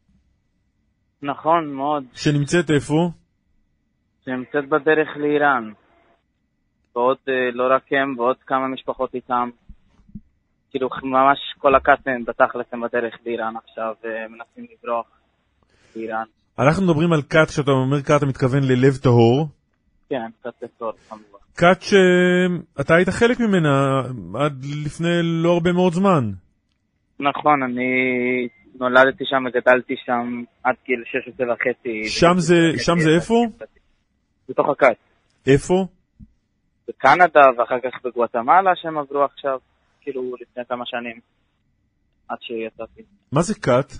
נכון, מאוד. שנמצאת איפה? שנמצאת בדרך לאיראן. ועוד, לא רק הם, ועוד כמה משפחות איתם. כאילו ממש כל הקאטן בתכלס הם בדרך לאיראן עכשיו, מנסים לברוח לאיראן. אנחנו מדברים על קאט, שאתה אומר קאט, אתה מתכוון ללב טהור. כן, קאט לטהור, כמובן. קאט שאתה היית חלק ממנה עד לפני לא הרבה מאוד זמן. נכון, אני נולדתי שם, גדלתי שם עד גיל 16 וחצי. שם זה איפה? בתוך הקאט. איפה? בקנדה, ואחר כך בגואטמלה שהם עברו עכשיו. כאילו לפני כמה שנים, עד שיצאתי. מה זה קאט?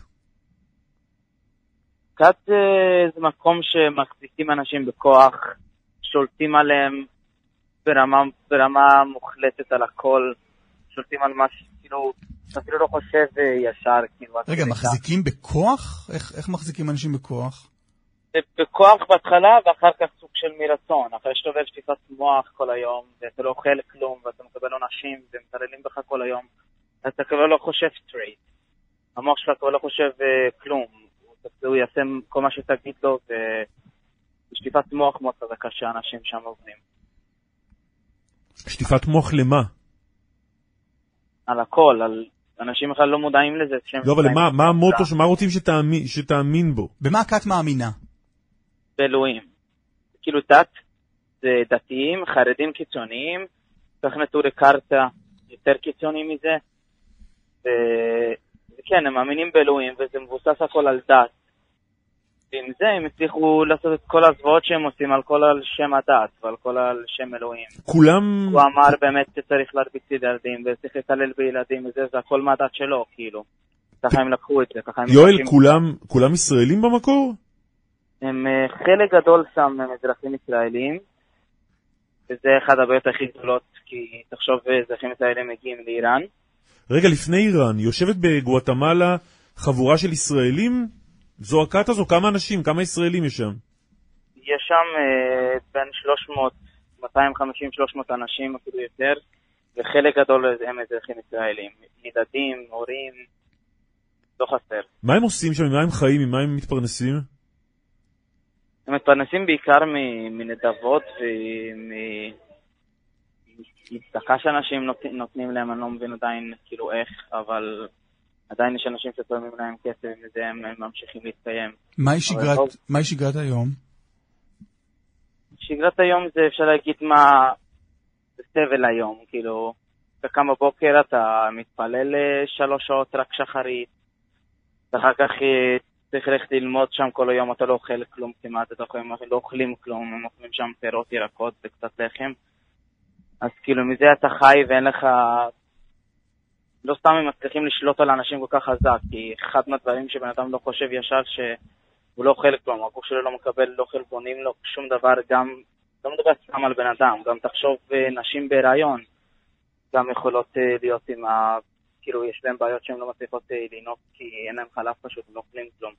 קאט זה מקום שמחזיקים אנשים בכוח, שולטים עליהם ברמה מוחלטת על הכל, שולטים על מה שכאילו, אפילו לא חושב ישר. כאילו, רגע, מחזיקים בכוח? איך מחזיקים אנשים בכוח? בכוח בהתחלה, ואחר כך סוג של מרצון. אחרי שאתה עובר שטיפת מוח כל היום, ואתה לא אוכל כלום, ואתה מקבל עונשים, ומתעללים בך כל היום, אתה כבר לא חושב סטרייט. המוח שלך כבר לא חושב כלום. הוא יעשה כל מה שתגיד לו, ושטיפת מוח מאוד חזקה שאנשים שם עובדים. שטיפת מוח למה? על הכל, על אנשים בכלל לא מודעים לזה. לא, אבל מה המוטו, מה רוצים שתאמין בו? במה את מאמינה? באלוהים. כאילו דת, זה דתיים, חרדים קיצוניים, כך נטורי קרתא יותר קיצוני מזה, וכן, הם מאמינים באלוהים, וזה מבוסס הכל על דת. ועם זה הם הצליחו לעשות את כל הזוועות שהם עושים על כל על שם הדת, ועל כל על שם אלוהים. כולם... הוא אמר באמת שצריך להרביץ ילדים, וצריך להתעלל בילדים, וזה הכל מהדת שלו, כאילו. ככה הם לקחו את זה, ככה הם... יואל, כולם ישראלים במקור? הם חלק גדול שם הם אזרחים ישראלים, וזה אחד הבעיות הכי גדולות, כי תחשוב אזרחים ישראלים מגיעים לאיראן. רגע, לפני איראן, יושבת בגואטמלה חבורה של ישראלים? זו הקטע, כמה אנשים, כמה ישראלים יש שם? יש שם בין 250-300 אנשים, אפילו יותר, וחלק גדול הם אזרחים ישראלים. ילדים, הורים, לא חסר. מה הם עושים שם? ממה הם חיים? ממה הם מתפרנסים? הם מתפרנסים בעיקר מנדבות ומצדקה שאנשים נותנים להם, אני לא מבין עדיין כאילו איך, אבל עדיין יש אנשים שתורמים להם כסף ומזה הם ממשיכים להתקיים. מהי שגרת היום? שגרת היום זה אפשר להגיד מה זה סבל היום, כאילו אתה קם בבוקר, אתה מתפלל 3 שעות רק שחרית, ואחר כך צריך ללכת ללמוד שם כל היום, אתה לא אוכל כלום כמעט, אתה לא אוכלים כלום, הם אוכלים שם פירות, ירקות וקצת לחם. אז כאילו מזה אתה חי ואין לך... לא סתם הם מצליחים לשלוט על אנשים כל כך חזק, כי אחד מהדברים שבן אדם לא חושב ישר שהוא לא אוכל כלום, הגוף שלו לא מקבל, לא אוכל, בונים לו שום דבר, גם לא מדבר סתם על בן אדם, גם תחשוב נשים בהיריון, גם יכולות להיות עם ה... כאילו יש להם בעיות שהן לא מצליחות לנוק, כי אין להם חלב פשוט, לא אוכלים כלום.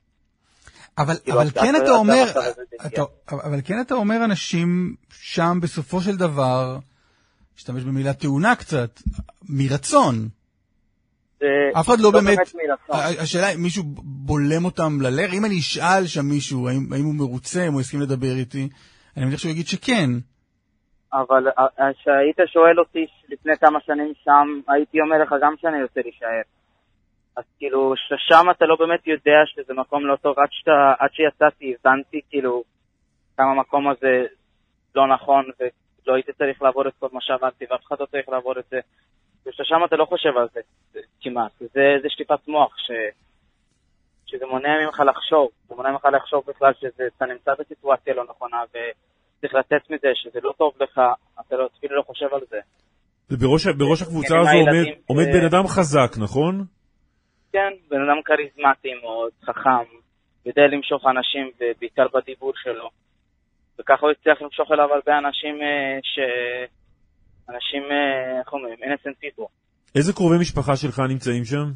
אבל כן אתה אומר אנשים שם בסופו של דבר, משתמש במילה תאונה קצת, מרצון. אף אחד לא באמת, השאלה אם מישהו בולם אותם ללר, אם אני אשאל שם מישהו, האם הוא מרוצה, אם הוא הסכים לדבר איתי, אני מניח שהוא יגיד שכן. אבל כשהיית שואל אותי לפני כמה שנים שם, הייתי אומר לך גם שאני רוצה להישאר. אז כאילו, ששם אתה לא באמת יודע שזה מקום לא טוב, עד שיצאתי, הבנתי כאילו כמה המקום הזה לא נכון, ולא הייתי צריך לעבור את כל מה שעברתי, ואף אחד לא צריך לעבור את זה. וששם אתה לא חושב על זה, כמעט. זה שטיפת מוח, שזה מונע ממך לחשוב. זה מונע ממך לחשוב בכלל שאתה נמצא בסיטואציה לא נכונה, וצריך לתת מזה שזה לא טוב לך, אתה אפילו לא חושב על זה. בראש הקבוצה הזו עומד בן אדם חזק, נכון? כן, בן אדם קריזמטי מאוד, חכם, יודע למשוך אנשים, ובעיקר בדיבור שלו. וככה הוא הצליח למשוך אליו הרבה אנשים אנשים, איך אומרים, innocent people. איזה קרובי משפחה שלך נמצאים שם?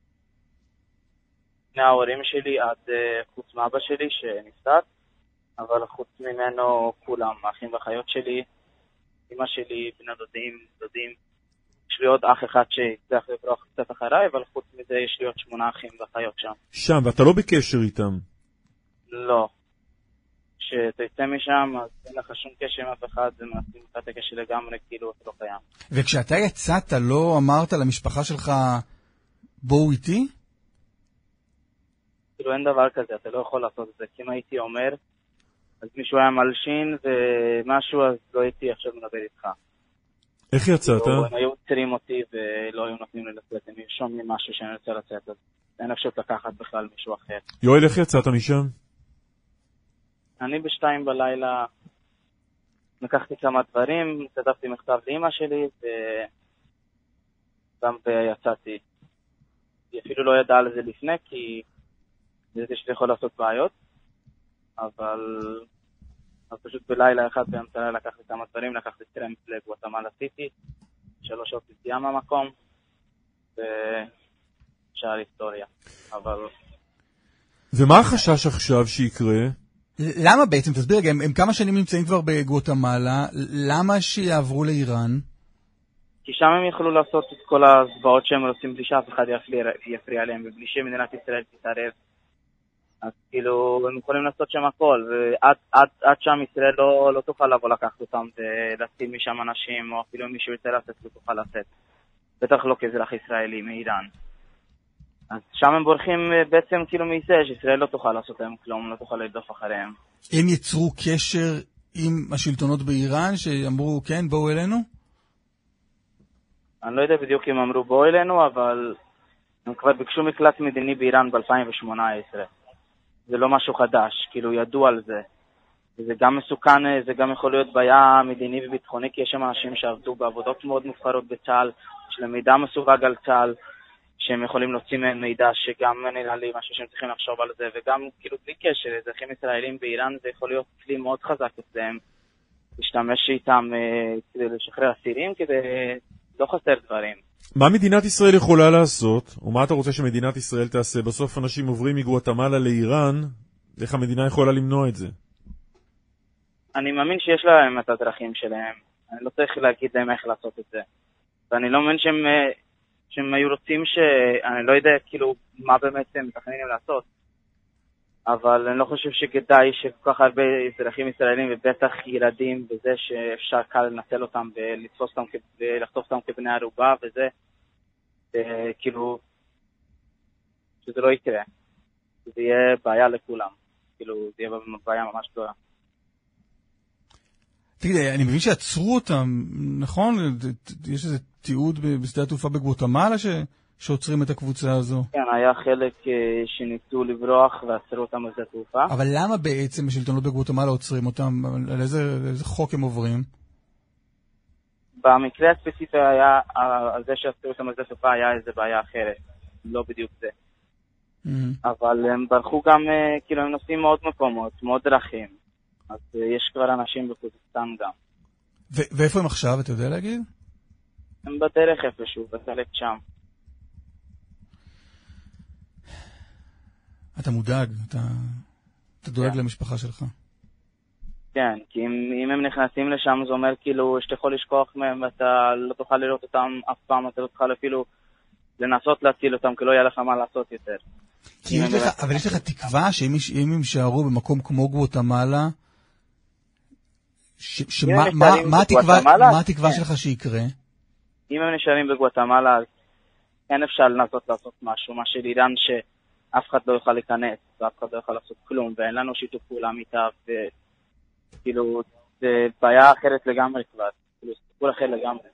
מההורים שלי עד חוץ מאבא שלי שנפטר, אבל חוץ ממנו כולם, האחים והאחיות שלי, אמא שלי, בני דודים. יש לי עוד אח אחד שהצליח לברוח קצת אחריי, אבל חוץ מזה יש לי עוד 8 אחים ואחיות שם. שם, ואתה לא בקשר איתם? לא. כשתצא משם, אז אין לך שום קשר עם אף אחד, זה מנסים את הקשר לגמרי, כאילו אתה לא קיים. וכשאתה יצאת, לא אמרת למשפחה שלך, בואו איתי? כאילו אין דבר כזה, אתה לא יכול לעשות את זה, כי אם הייתי אומר, אז מישהו היה מלשין ומשהו, אז לא הייתי עכשיו מדבר איתך. איך יצאת? הם היו עוצרים אותי ולא היו נותנים לי לצאת, הם ירשום לי משהו שאני רוצה לצאת, אז אין אפשרות לקחת בכלל מישהו אחר. יואל, איך יצאת משם? אני ב2 בלילה לקחתי כמה דברים, כתבתי מכתב לאמא שלי וגם יצאתי. היא אפילו לא ידעה על זה לפני, כי זה שזה יכול לעשות בעיות, אבל פשוט בלילה אחד באמצע לילה לקחתי כמה דברים, לקחתי טרמפ לגואטמלה סיטי, 3 שעות נסיעה מהמקום, ושאר היסטוריה. אבל... ומה החשש עכשיו שיקרה? למה בעצם, תסביר רגע, הם כמה שנים נמצאים כבר בגואטמלה, למה שיעברו לאיראן? כי שם הם יכלו לעשות את כל הזוועות שהם רוצים בלי שאף אחד יפריע להם, ובלי שמדינת ישראל תתערב. אז כאילו, הם יכולים לעשות שם הכל, ועד שם ישראל לא תוכל לבוא לקחת אותם ולשים משם אנשים, או אפילו אם מישהו ירצה לצאת, לא תוכל לצאת. בטח לא כאזרח ישראלי, מאיראן. אז שם הם בורחים בעצם כאילו מזה, שישראל לא תוכל לעשות להם כלום, לא תוכל לדוף אחריהם. הם יצרו קשר עם השלטונות באיראן, שאמרו, כן, בואו אלינו? אני לא יודע בדיוק אם אמרו בואו אלינו, אבל הם כבר ביקשו מקלט מדיני באיראן ב-2018. זה לא משהו חדש, כאילו ידעו על זה. זה גם מסוכן, זה גם יכול להיות בעיה מדיני וביטחוני, כי יש שם אנשים שעבדו בעבודות מאוד מובחרות בצה"ל, יש להם מידע מסווג על צה"ל, שהם יכולים להוציא מהם מידע שגם נראה לי משהו שהם צריכים לחשוב על זה, וגם כאילו בלי קשר, אזרחים ישראלים באיראן זה יכול להיות כלי מאוד חזק אצלם, להשתמש איתם כדי לשחרר אסירים, כדי לא חסר דברים. מה מדינת ישראל יכולה לעשות, או מה אתה רוצה שמדינת ישראל תעשה? בסוף אנשים עוברים מגואטמלה לאיראן, איך המדינה יכולה למנוע את זה? אני מאמין שיש להם את הדרכים שלהם, אני לא צריך להגיד להם איך לעשות את זה, ואני לא מאמין שהם היו רוצים אני לא יודע כאילו מה באמת הם מתכננים לעשות, אבל אני לא חושב שכדאי שכל כך הרבה אזרחים ישראלים ובטח ילדים וזה שאפשר קל לנצל אותם ולתפוס אותם ולחטוף אותם כבני ערובה וזה, כאילו שזה לא יקרה, זה יהיה בעיה לכולם, כאילו זה יהיה בעיה ממש גדולה. תגיד, אני מבין שעצרו אותם, נכון? יש איזה תיעוד בשדה התעופה בגואטמלה שעוצרים את הקבוצה הזו? כן, היה חלק שניסו לברוח ועצרו אותם בשדה התעופה. אבל למה בעצם השלטונות בגואטמלה עוצרים אותם? על איזה חוק הם עוברים? במקרה הספציפי היה, על זה שעצרו אותם בשדה התעופה היה איזה בעיה אחרת, לא בדיוק זה. אבל הם ברחו גם, כאילו הם נוסעים מאוד מקומות, מאוד דרכים. אז יש כבר אנשים בקוזסטן גם. ואיפה הם עכשיו, אתה יודע להגיד? הם בדרך איפשהו, בחלק שם. אתה מודאג, אתה דואג למשפחה שלך. כן, כי אם הם נכנסים לשם, זה אומר כאילו שאתה יכול לשכוח מהם, ואתה לא תוכל לראות אותם אף פעם, אתה לא תוכל אפילו לנסות להציל אותם, כי לא יהיה לך מה לעשות יותר. אבל יש לך תקווה שאם הם יישארו במקום כמו גואטמלה, מה התקווה שלך שיקרה? אם הם נשארים בגואטמלה, אין אפשר לנסות לעשות משהו, מה של איראן שאף אחד לא יוכל להיכנס, ואף אחד לא יוכל לעשות כלום, ואין לנו שיתוף פעולה איתה, וכאילו, זה בעיה אחרת לגמרי כבר, כאילו, זה סיפור אחר לגמרי.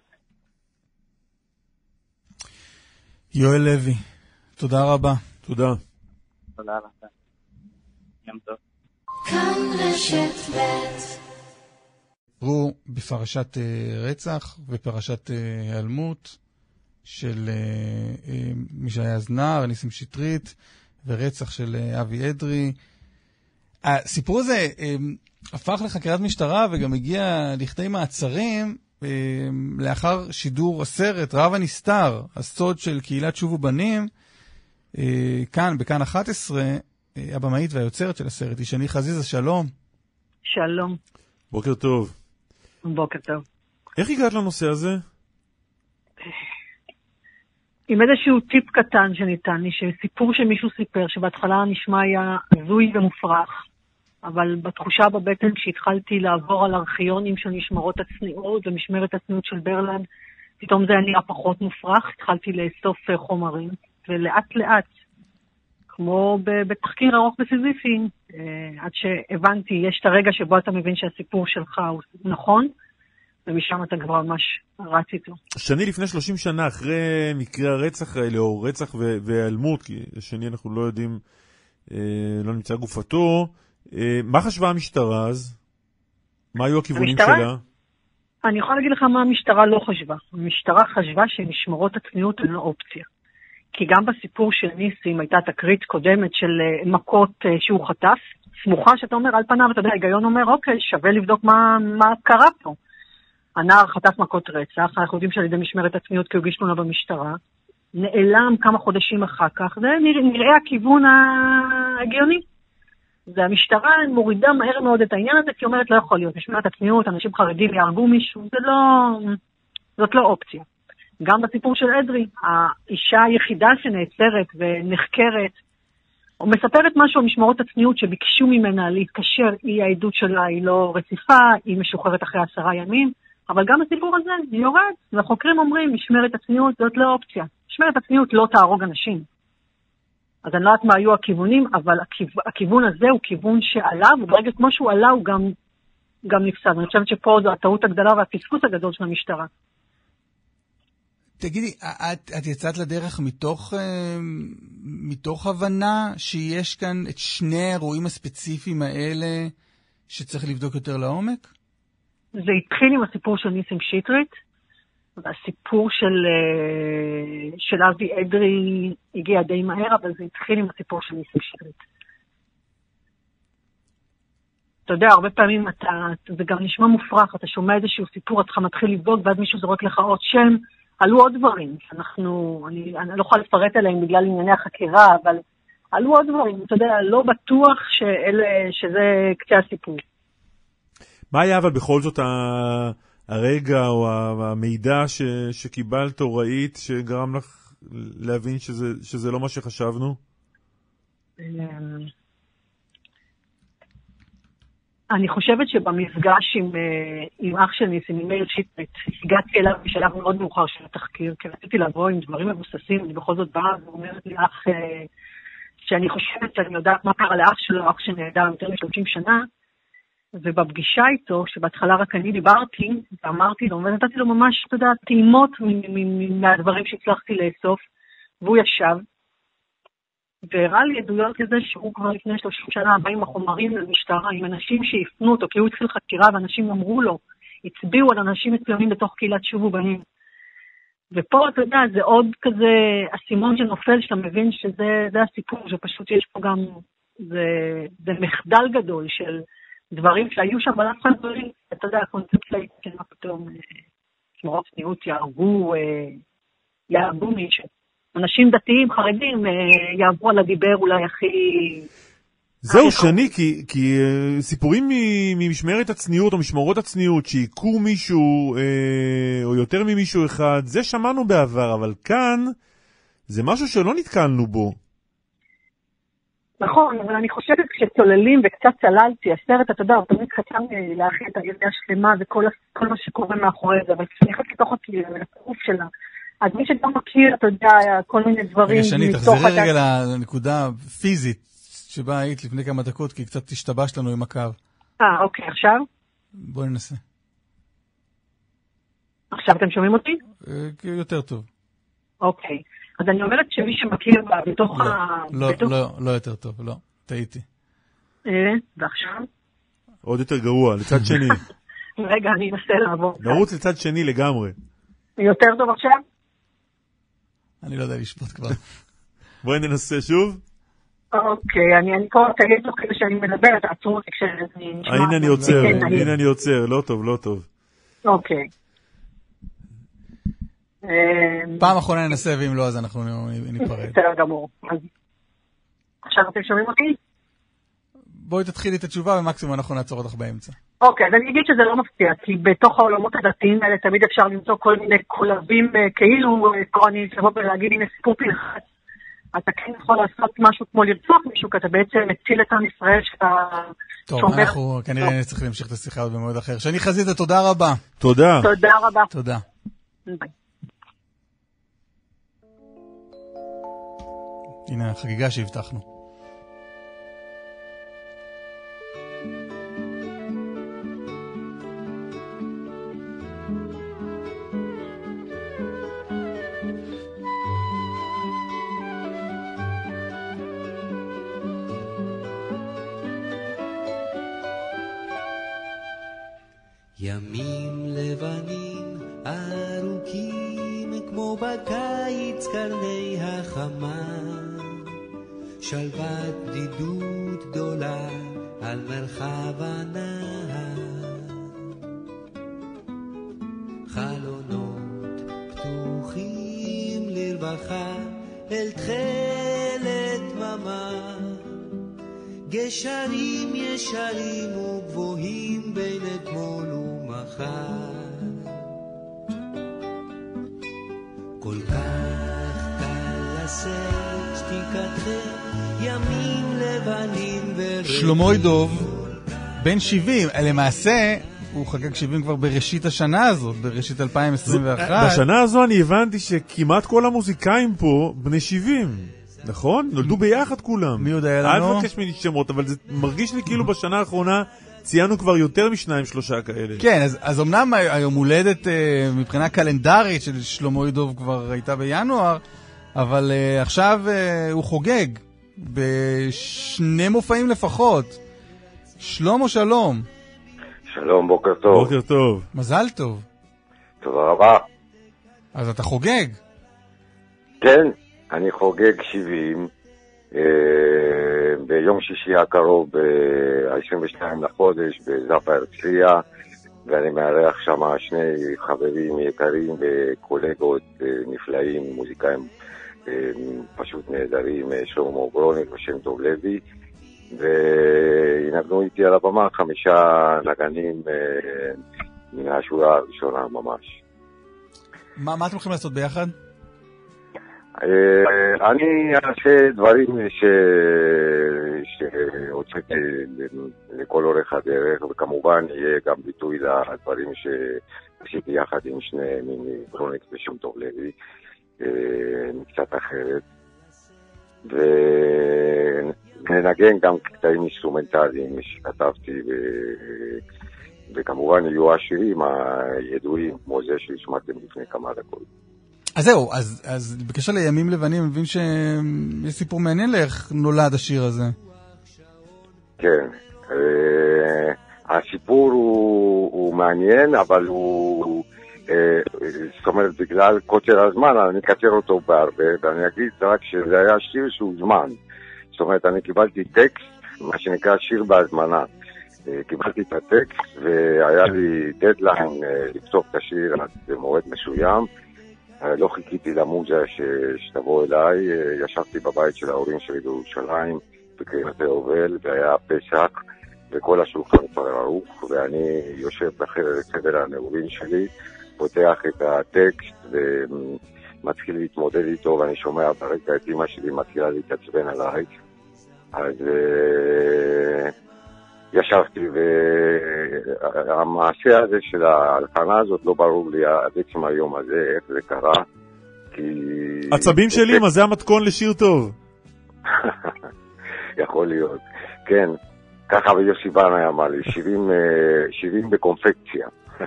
יואל לוי, תודה רבה. תודה. תודה לכם. יום טוב. כאן רשת ב' הוא בפרשת רצח ופרשת היעלמות של מי שהיה אז נער, ניסים שטרית, ורצח של אבי אדרי. הסיפור הזה הפך לחקירת משטרה וגם הגיע לכדי מעצרים לאחר שידור הסרט רב הנסתר, הסוד של קהילת שובו בנים, כאן, בכאן 11, הבמאית והיוצרת של הסרט היא שני חזיזה, שלום. שלום. בוקר טוב. בוקר טוב. איך הגעת לנושא הזה? עם איזשהו טיפ קטן שניתן לי, שסיפור שמישהו סיפר, שבהתחלה נשמע היה זוי ומופרך, אבל בתחושה בבטן שהתחלתי לעבור על ארכיונים של משמרות הצניעות ומשמרת הצניעות של ברלנד, פתאום זה נראה פחות מופרך, התחלתי לאסוף חומרים, ולאט לאט, כמו בתחקיר ארוך בסיזיפי, עד שהבנתי, יש את הרגע שבו אתה מבין שהסיפור שלך הוא נכון, ומשם אתה כבר ממש רץ איתו. שני, לפני 30 שנה, אחרי מקרה הרצח האלה, או רצח והיעלמות, כי שני אנחנו לא יודעים, לא נמצא גופתו, מה חשבה המשטרה אז? מה היו הכיוונים שלה? אני יכולה להגיד לך מה המשטרה לא חשבה. המשטרה חשבה שמשמרות הצניעות הן לא אופציה. כי גם בסיפור של ניסים הייתה תקרית קודמת של מכות שהוא חטף, סמוכה שאתה אומר, על פניו, אתה יודע, ההיגיון אומר, אוקיי, שווה לבדוק מה קרה פה. הנער חטף מכות רצח, אנחנו יודעים שעל ידי משמרת הצניעות כי הוא הגיש תלונה במשטרה, נעלם כמה חודשים אחר כך, זה נראה הכיוון ההגיוני. זה המשטרה מורידה מהר מאוד את העניין הזה, כי אומרת לא יכול להיות, משמרת הצניעות, אנשים חרדים יהרגו מישהו, זאת לא אופציה. גם בסיפור של אדרי, האישה היחידה שנעצרת ונחקרת, או מספרת משהו על משמרות הצניעות שביקשו ממנה להתקשר, העדות שלה היא לא רציפה, היא משוחררת אחרי 10 ימים, אבל גם הסיפור הזה יורד, והחוקרים אומרים, משמרת הצניעות זאת לא אופציה. משמרת הצניעות לא תהרוג אנשים. אז אני לא יודעת מה היו הכיוונים, אבל הכיוון הזה הוא כיוון שעלה, וברגע כמו שהוא עלה הוא גם נפסד. אני חושבת שפה זו הטעות הגדולה והפספוס הגדול של המשטרה. תגידי, את יצאת לדרך מתוך הבנה שיש כאן את שני האירועים הספציפיים האלה שצריך לבדוק יותר לעומק? זה התחיל עם הסיפור של ניסים שטרית, והסיפור של אבי אדרי הגיע די מהר, אבל זה התחיל עם הסיפור של ניסים שטרית. אתה יודע, הרבה פעמים זה גם נשמע מופרך, אתה שומע איזשהו סיפור, אתה מתחיל לבדוק, ואז מישהו זורק לך עוד שם, עלו עוד דברים, אני לא יכולה לפרט עליהם בגלל ענייני החקירה, אבל עלו עוד דברים, אתה יודע, לא בטוח שזה קצה הסיפור. מה היה אבל בכל זאת הרגע או המידע שקיבלת או ראית שגרם לך להבין שזה לא מה שחשבנו? אני חושבת שבמפגש עם אח של ניסים, עם מאיר שטרית, הגעתי אליו בשלב מאוד מאוחר של התחקיר, כי רציתי לבוא עם דברים מבוססים, אני בכל זאת באה ואומרת לי אח שאני חושבת שאני יודעת מה קרה לאח שלו, אח שנהדר יותר מ-30 שנה, ובפגישה איתו, שבהתחלה רק אני דיברתי, ואמרתי לו, ונתתי לו ממש, אתה יודע, טעימות מהדברים שהצלחתי לאסוף, והוא ישב, והראה לי עדויות לזה שהוא כבר לפני 30 שנה בא עם החומרים למשטרה, עם אנשים שהפנו אותו, כי הוא התחיל חקירה, ואנשים אמרו לו, הצביעו על אנשים מסוימים בתוך קהילת שובו בנים. ופה, אתה יודע, זה עוד כזה, הסימון שנופל, שאתה מבין שזה הסיפור, שפשוט יש פה גם, זה מחדל גדול של דברים שהיו שם, אבל אף אחד דברים, אתה יודע, הקונספציה היא כמה פתאום, שמורות צניעות יעבו מישהו. אנשים דתיים, חרדים, יעברו על הדיבר אולי הכי... זהו שני, כי סיפורים ממשמרת הצניעות או משמרות הצניעות שהיקו מישהו או יותר ממישהו אחד, זה שמענו בעבר, אבל כאן זה משהו שלא נתקלנו בו. נכון, אבל אני חושבת כשצוללים וקצת צללתי, הסרט, אתה יודע, הוא תמיד חתם להכין את הידיעה השלמה וכל מה שקורה מאחורי זה, אבל כשנכנס לתוך הטירוף שלה, אז מי שגם מכיר, אתה יודע, כל מיני דברים... שני, תחזרי רגע לנקודה פיזית שבה היית לפני כמה דקות, כי קצת תשתבש לנו עם הקו. אוקיי, עכשיו? בואי ננסה. עכשיו אתם שומעים אותי? יותר טוב. אוקיי. אז אני אומרת שמי שמכיר בתוך לא יותר טוב, לא. טעיתי. ועכשיו? עוד יותר גרוע, לצד שני. רגע, אני אנסה לעבור. נרוץ לצד שני לגמרי. יותר טוב עכשיו? אני לא יודע לשפוט כבר. בואי ננסה שוב. אוקיי, אני פה תגיד לו כדי שאני מדברת, עצרו אותי כשאני נשמע. הנה אני עוצר, לא טוב, לא טוב. אוקיי. פעם אחרונה ננסה, ואם לא אז אנחנו ניפרד. בסדר גמור. עכשיו אתם שומעים אותי? בואי תתחילי את התשובה ומקסימום אנחנו נעצור אותך באמצע. אוקיי, אז אני אגיד שזה לא מפתיע, כי בתוך העולמות הדתיים האלה תמיד אפשר למצוא כל מיני קולבים כאילו, אני אבוא ולהגיד, הנה סיפור פנחס. אתה כן יכול לעשות משהו כמו לרצוח מישהו, כי אתה בעצם מציל את עם ישראל שאתה שומר. טוב, אנחנו כנראה צריכים להמשיך את השיחה עוד במועד אחר. שני חזית, תודה רבה. תודה. תודה רבה. תודה. ביי. הנה החגיגה שהבטחנו. ימים לבנים ארוכים כמו בקיץ קרני החמה, שלוות בדידות גדולה על מרחב הנהר, חלונות פתוחים לרווחה אל תחילת דממה, גשרים ישרים וגבוהים בין אתמול ומחר, כל כך קל לשאת שתיקתכם ימים לבנים שלמה דוב, בן 70, למעשה הוא חגג 70 כבר בראשית השנה הזאת, בראשית 2021. בשנה הזו אני הבנתי שכמעט כל המוזיקאים פה בני 70, נכון? נולדו ביחד כולם. מי יודע לנו? אל תבקש ממני שמות, אבל זה מרגיש לי כאילו בשנה האחרונה ציינו כבר יותר מ2-3 כאלה. כן, אז אמנם היום הולדת מבחינה קלנדרית של שלמה דוב כבר הייתה בינואר, אבל עכשיו הוא חוגג בשני מופעים לפחות. שלמה, שלום. שלום, בוקר טוב. בוקר טוב. מזל טוב. תודה רבה. אז אתה חוגג. כן, אני חוגג 70 ביום שישי הקרוב ב-22 לחודש בזאפה הרצליה, ואני מארח שם שני חברים יקרים וקולגות נפלאים, מוזיקאים פשוט נהדרים, שלמה גרוניק ושם טוב לוי, וינגנו איתי על הבמה 5 נגנים מהשורה הראשונה ממש. מה אתם הולכים לעשות ביחד? אני אעשה דברים שהוצאתי לכל אורך הדרך, וכמובן יהיה גם ביטוי לדברים שעשיתי יחד עם שני גרוניק ושם טוב לוי, קצת אחרת, וננגן גם קטעים אינסטרומנטליים שכתבתי, וכמובן יהיו השירים הידועים כמו זה שהשמעתם לפני כמה דקות. אז זהו, אז בקשר לימים לבנים, אני מבין שיש סיפור מעניין לאיך נולד השיר הזה. כן, הסיפור הוא מעניין, אבל הוא, זאת אומרת, בגלל קוצר הזמן, אני אקצר אותו בהרבה, ואני אגיד רק שזה היה שיר שהוא זמן. זאת אומרת, אני קיבלתי טקסט, מה שנקרא שיר בהזמנה. קיבלתי את הטקסט, והיה לי דדליין לכתוב את השיר במועד מסוים. לא חיכיתי למוזה שתבוא אליי, ישבתי בבית של ההורים שלי בירושלים, בקריית היובל, והיה פסח, וכל השולחן כבר ערוך, ואני יושב בחדר הנעורים שלי, פותח את הטקסט ומתחיל להתמודד איתו, ואני שומע ברגע את אמא שלי מתחילה להתעצבן עליי. אז ישבתי, והמעשה הזה של ההלחנה הזאת לא ברור לי עד עצם היום הזה, איך זה קרה, כי... עצבים שלי, מה זה המתכון לשיר טוב? יכול להיות, כן, ככה ויוסי בנה אמר לי, 70 בקונפקציה.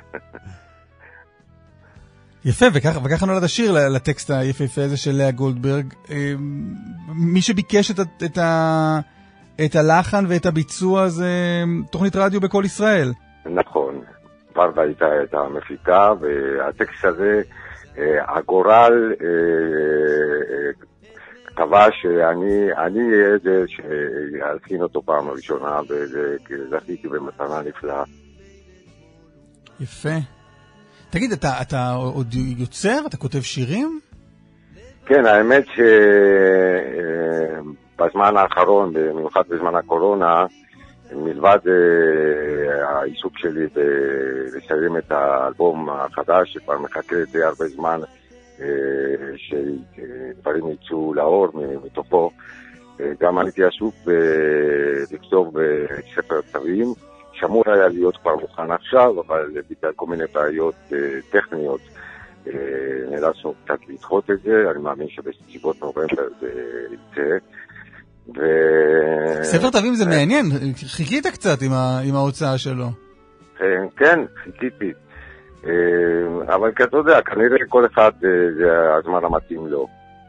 יפה, וככה נולד השיר לטקסט היפהפה הזה של לאה גולדברג. מי שביקש את הלחן ואת הביצוע זה תוכנית רדיו בכל ישראל. נכון, ורדה הייתה את המפיקה, והטקסט הזה, הגורל קבע שאני אהיה זה שאלחין אותו פעם ראשונה, וזכיתי במתנה נפלאה. יפה. תגיד, אתה עוד יוצר? אתה כותב שירים? כן, האמת שבזמן האחרון, במיוחד בזמן הקורונה, מלבד העיסוק שלי לסיים את האלבום החדש, שכבר מחכה די הרבה זמן שדברים יצאו לאור מתוכו, גם הייתי עסוק לכתוב ספר כתבים, שאמור היה להיות כבר מוכן עכשיו, אבל בגלל כל מיני בעיות טכניות נאלצנו קצת לדחות את זה. אני מאמין שבסביבות נובמבר זה יצא. ספר תווים זה מעניין, חיכית קצת עם ההוצאה שלו. כן, חיכיתי. אבל אתה יודע, כנראה כל אחד זה הזמן המתאים לו.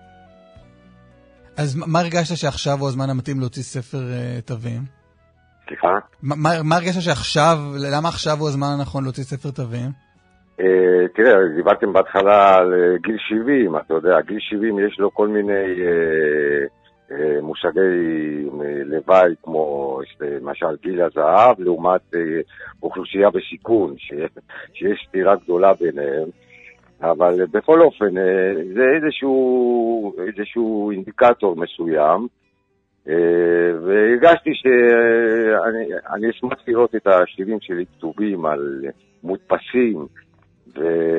אז מה הרגשת שעכשיו הוא הזמן המתאים להוציא ספר תווים? סליחה? מה הרגשת שעכשיו, למה עכשיו הוא הזמן הנכון להוציא ספר תווים? תראה, דיברתם בהתחלה על גיל 70, אתה יודע, גיל 70 יש לו כל מיני מושגי לוואי, כמו למשל גיל הזהב, לעומת אוכלוסייה בסיכון, שיש סתירה גדולה ביניהם, אבל בכל אופן, זה איזשהו אינדיקטור מסוים, והרגשתי שאני אשמח לראות את השירים שלי כתובים על מודפסים,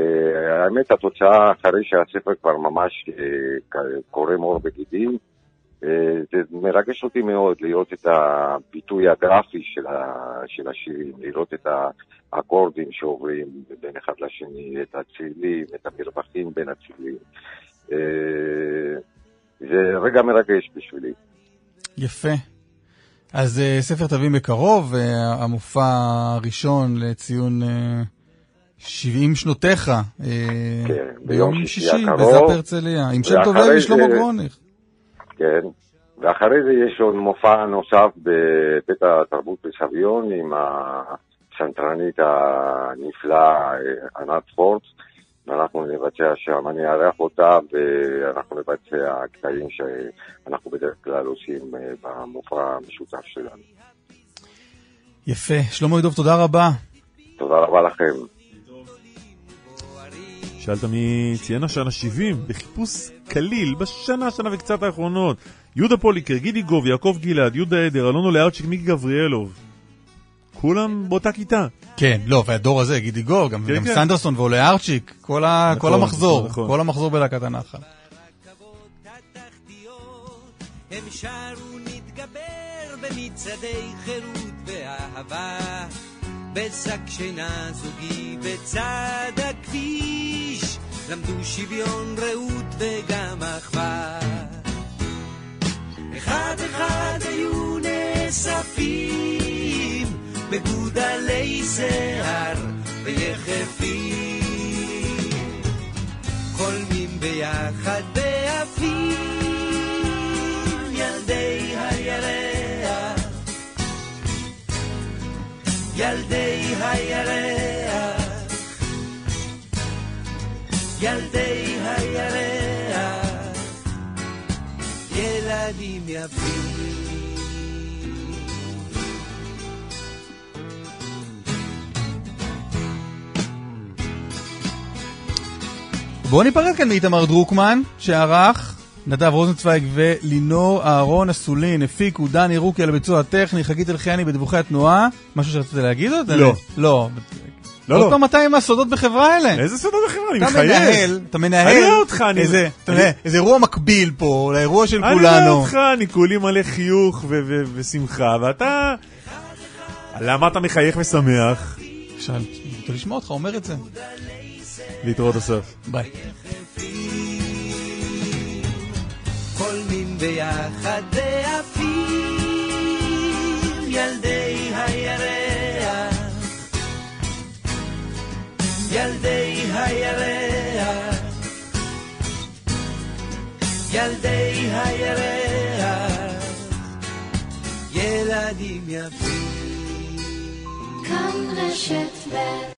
והאמת התוצאה אחרי שהספר כבר ממש קורם עור בגידים, זה מרגש אותי מאוד לראות את הביטוי הגרפי של השירים, לראות את האקורדים שעוברים בין אחד לשני, את הצלילים, את המרווחים בין הצלילים. זה רגע מרגש בשבילי. יפה. אז ספר תביא בקרוב, המופע הראשון לציון 70 שנותיך, כן, ביום שישי, בזאפ הרצליה, עם שם טוב לוי שלמה גרוניך. כן, ואחרי זה יש עוד מופע נוסף בבית התרבות בסביון עם הסנטרנית הנפלאה ענת פורט, ואנחנו נבצע שם, אני אערך אותה ואנחנו נבצע קטעים שאנחנו בדרך כלל עושים במופע המשותף שלנו. יפה, שלמה ידוב, תודה רבה. תודה רבה לכם. שאלת מי ציין השנה 70 בחיפוש קליל בשנה וקצת האחרונות. יהודה פוליקר, גידי גוב, יעקב גלעד, יהודה עדר, אלונו לארצ'יק, מיקי גבריאלוב. כולם באותה כיתה. כן, לא, והדור הזה, גידי גוב, גם סנדרסון ועולה ארצ'יק, כל המחזור, כל המחזור בלהקת הנחל. הם שרו נתגבר במצעדי חירות ואהבה, בשק שינה זוגי בצד הכביש, למדו שוויון רעות וגם אחווה. אחד אחד היו נאספים בגודלי שיער ויחפים, חולמים ביחד באפים, ילדי הירח, ילדי הירח, ילדי הירח, ילדים יפים. בואו ניפרד כאן מאיתמר דרוקמן, שערך, נדב רוזנצוויג ולינור אהרון אסולין, הפיקו דני רוקי על הביצוע הטכני, חגית אלחייני בדיווחי התנועה. משהו שרצית להגיד עוד? לא. לא. עוד פעם, מתי עם הסודות בחברה האלה? איזה סודות בחברה? אני מחייב. אתה מנהל איזה אירוע מקביל פה, לאירוע של כולנו. אני רואה אותך, אני כולי מלא חיוך ושמחה, ואתה... למה אתה מחייך ושמח? אתה לשמוע אותך, אומר את זה. להתראות הסוף. ביי. חולמים ביחד באפים, ילדי הירח, ילדי הירח, ילדי הירח, ילדים יפים. כאן רשת ב'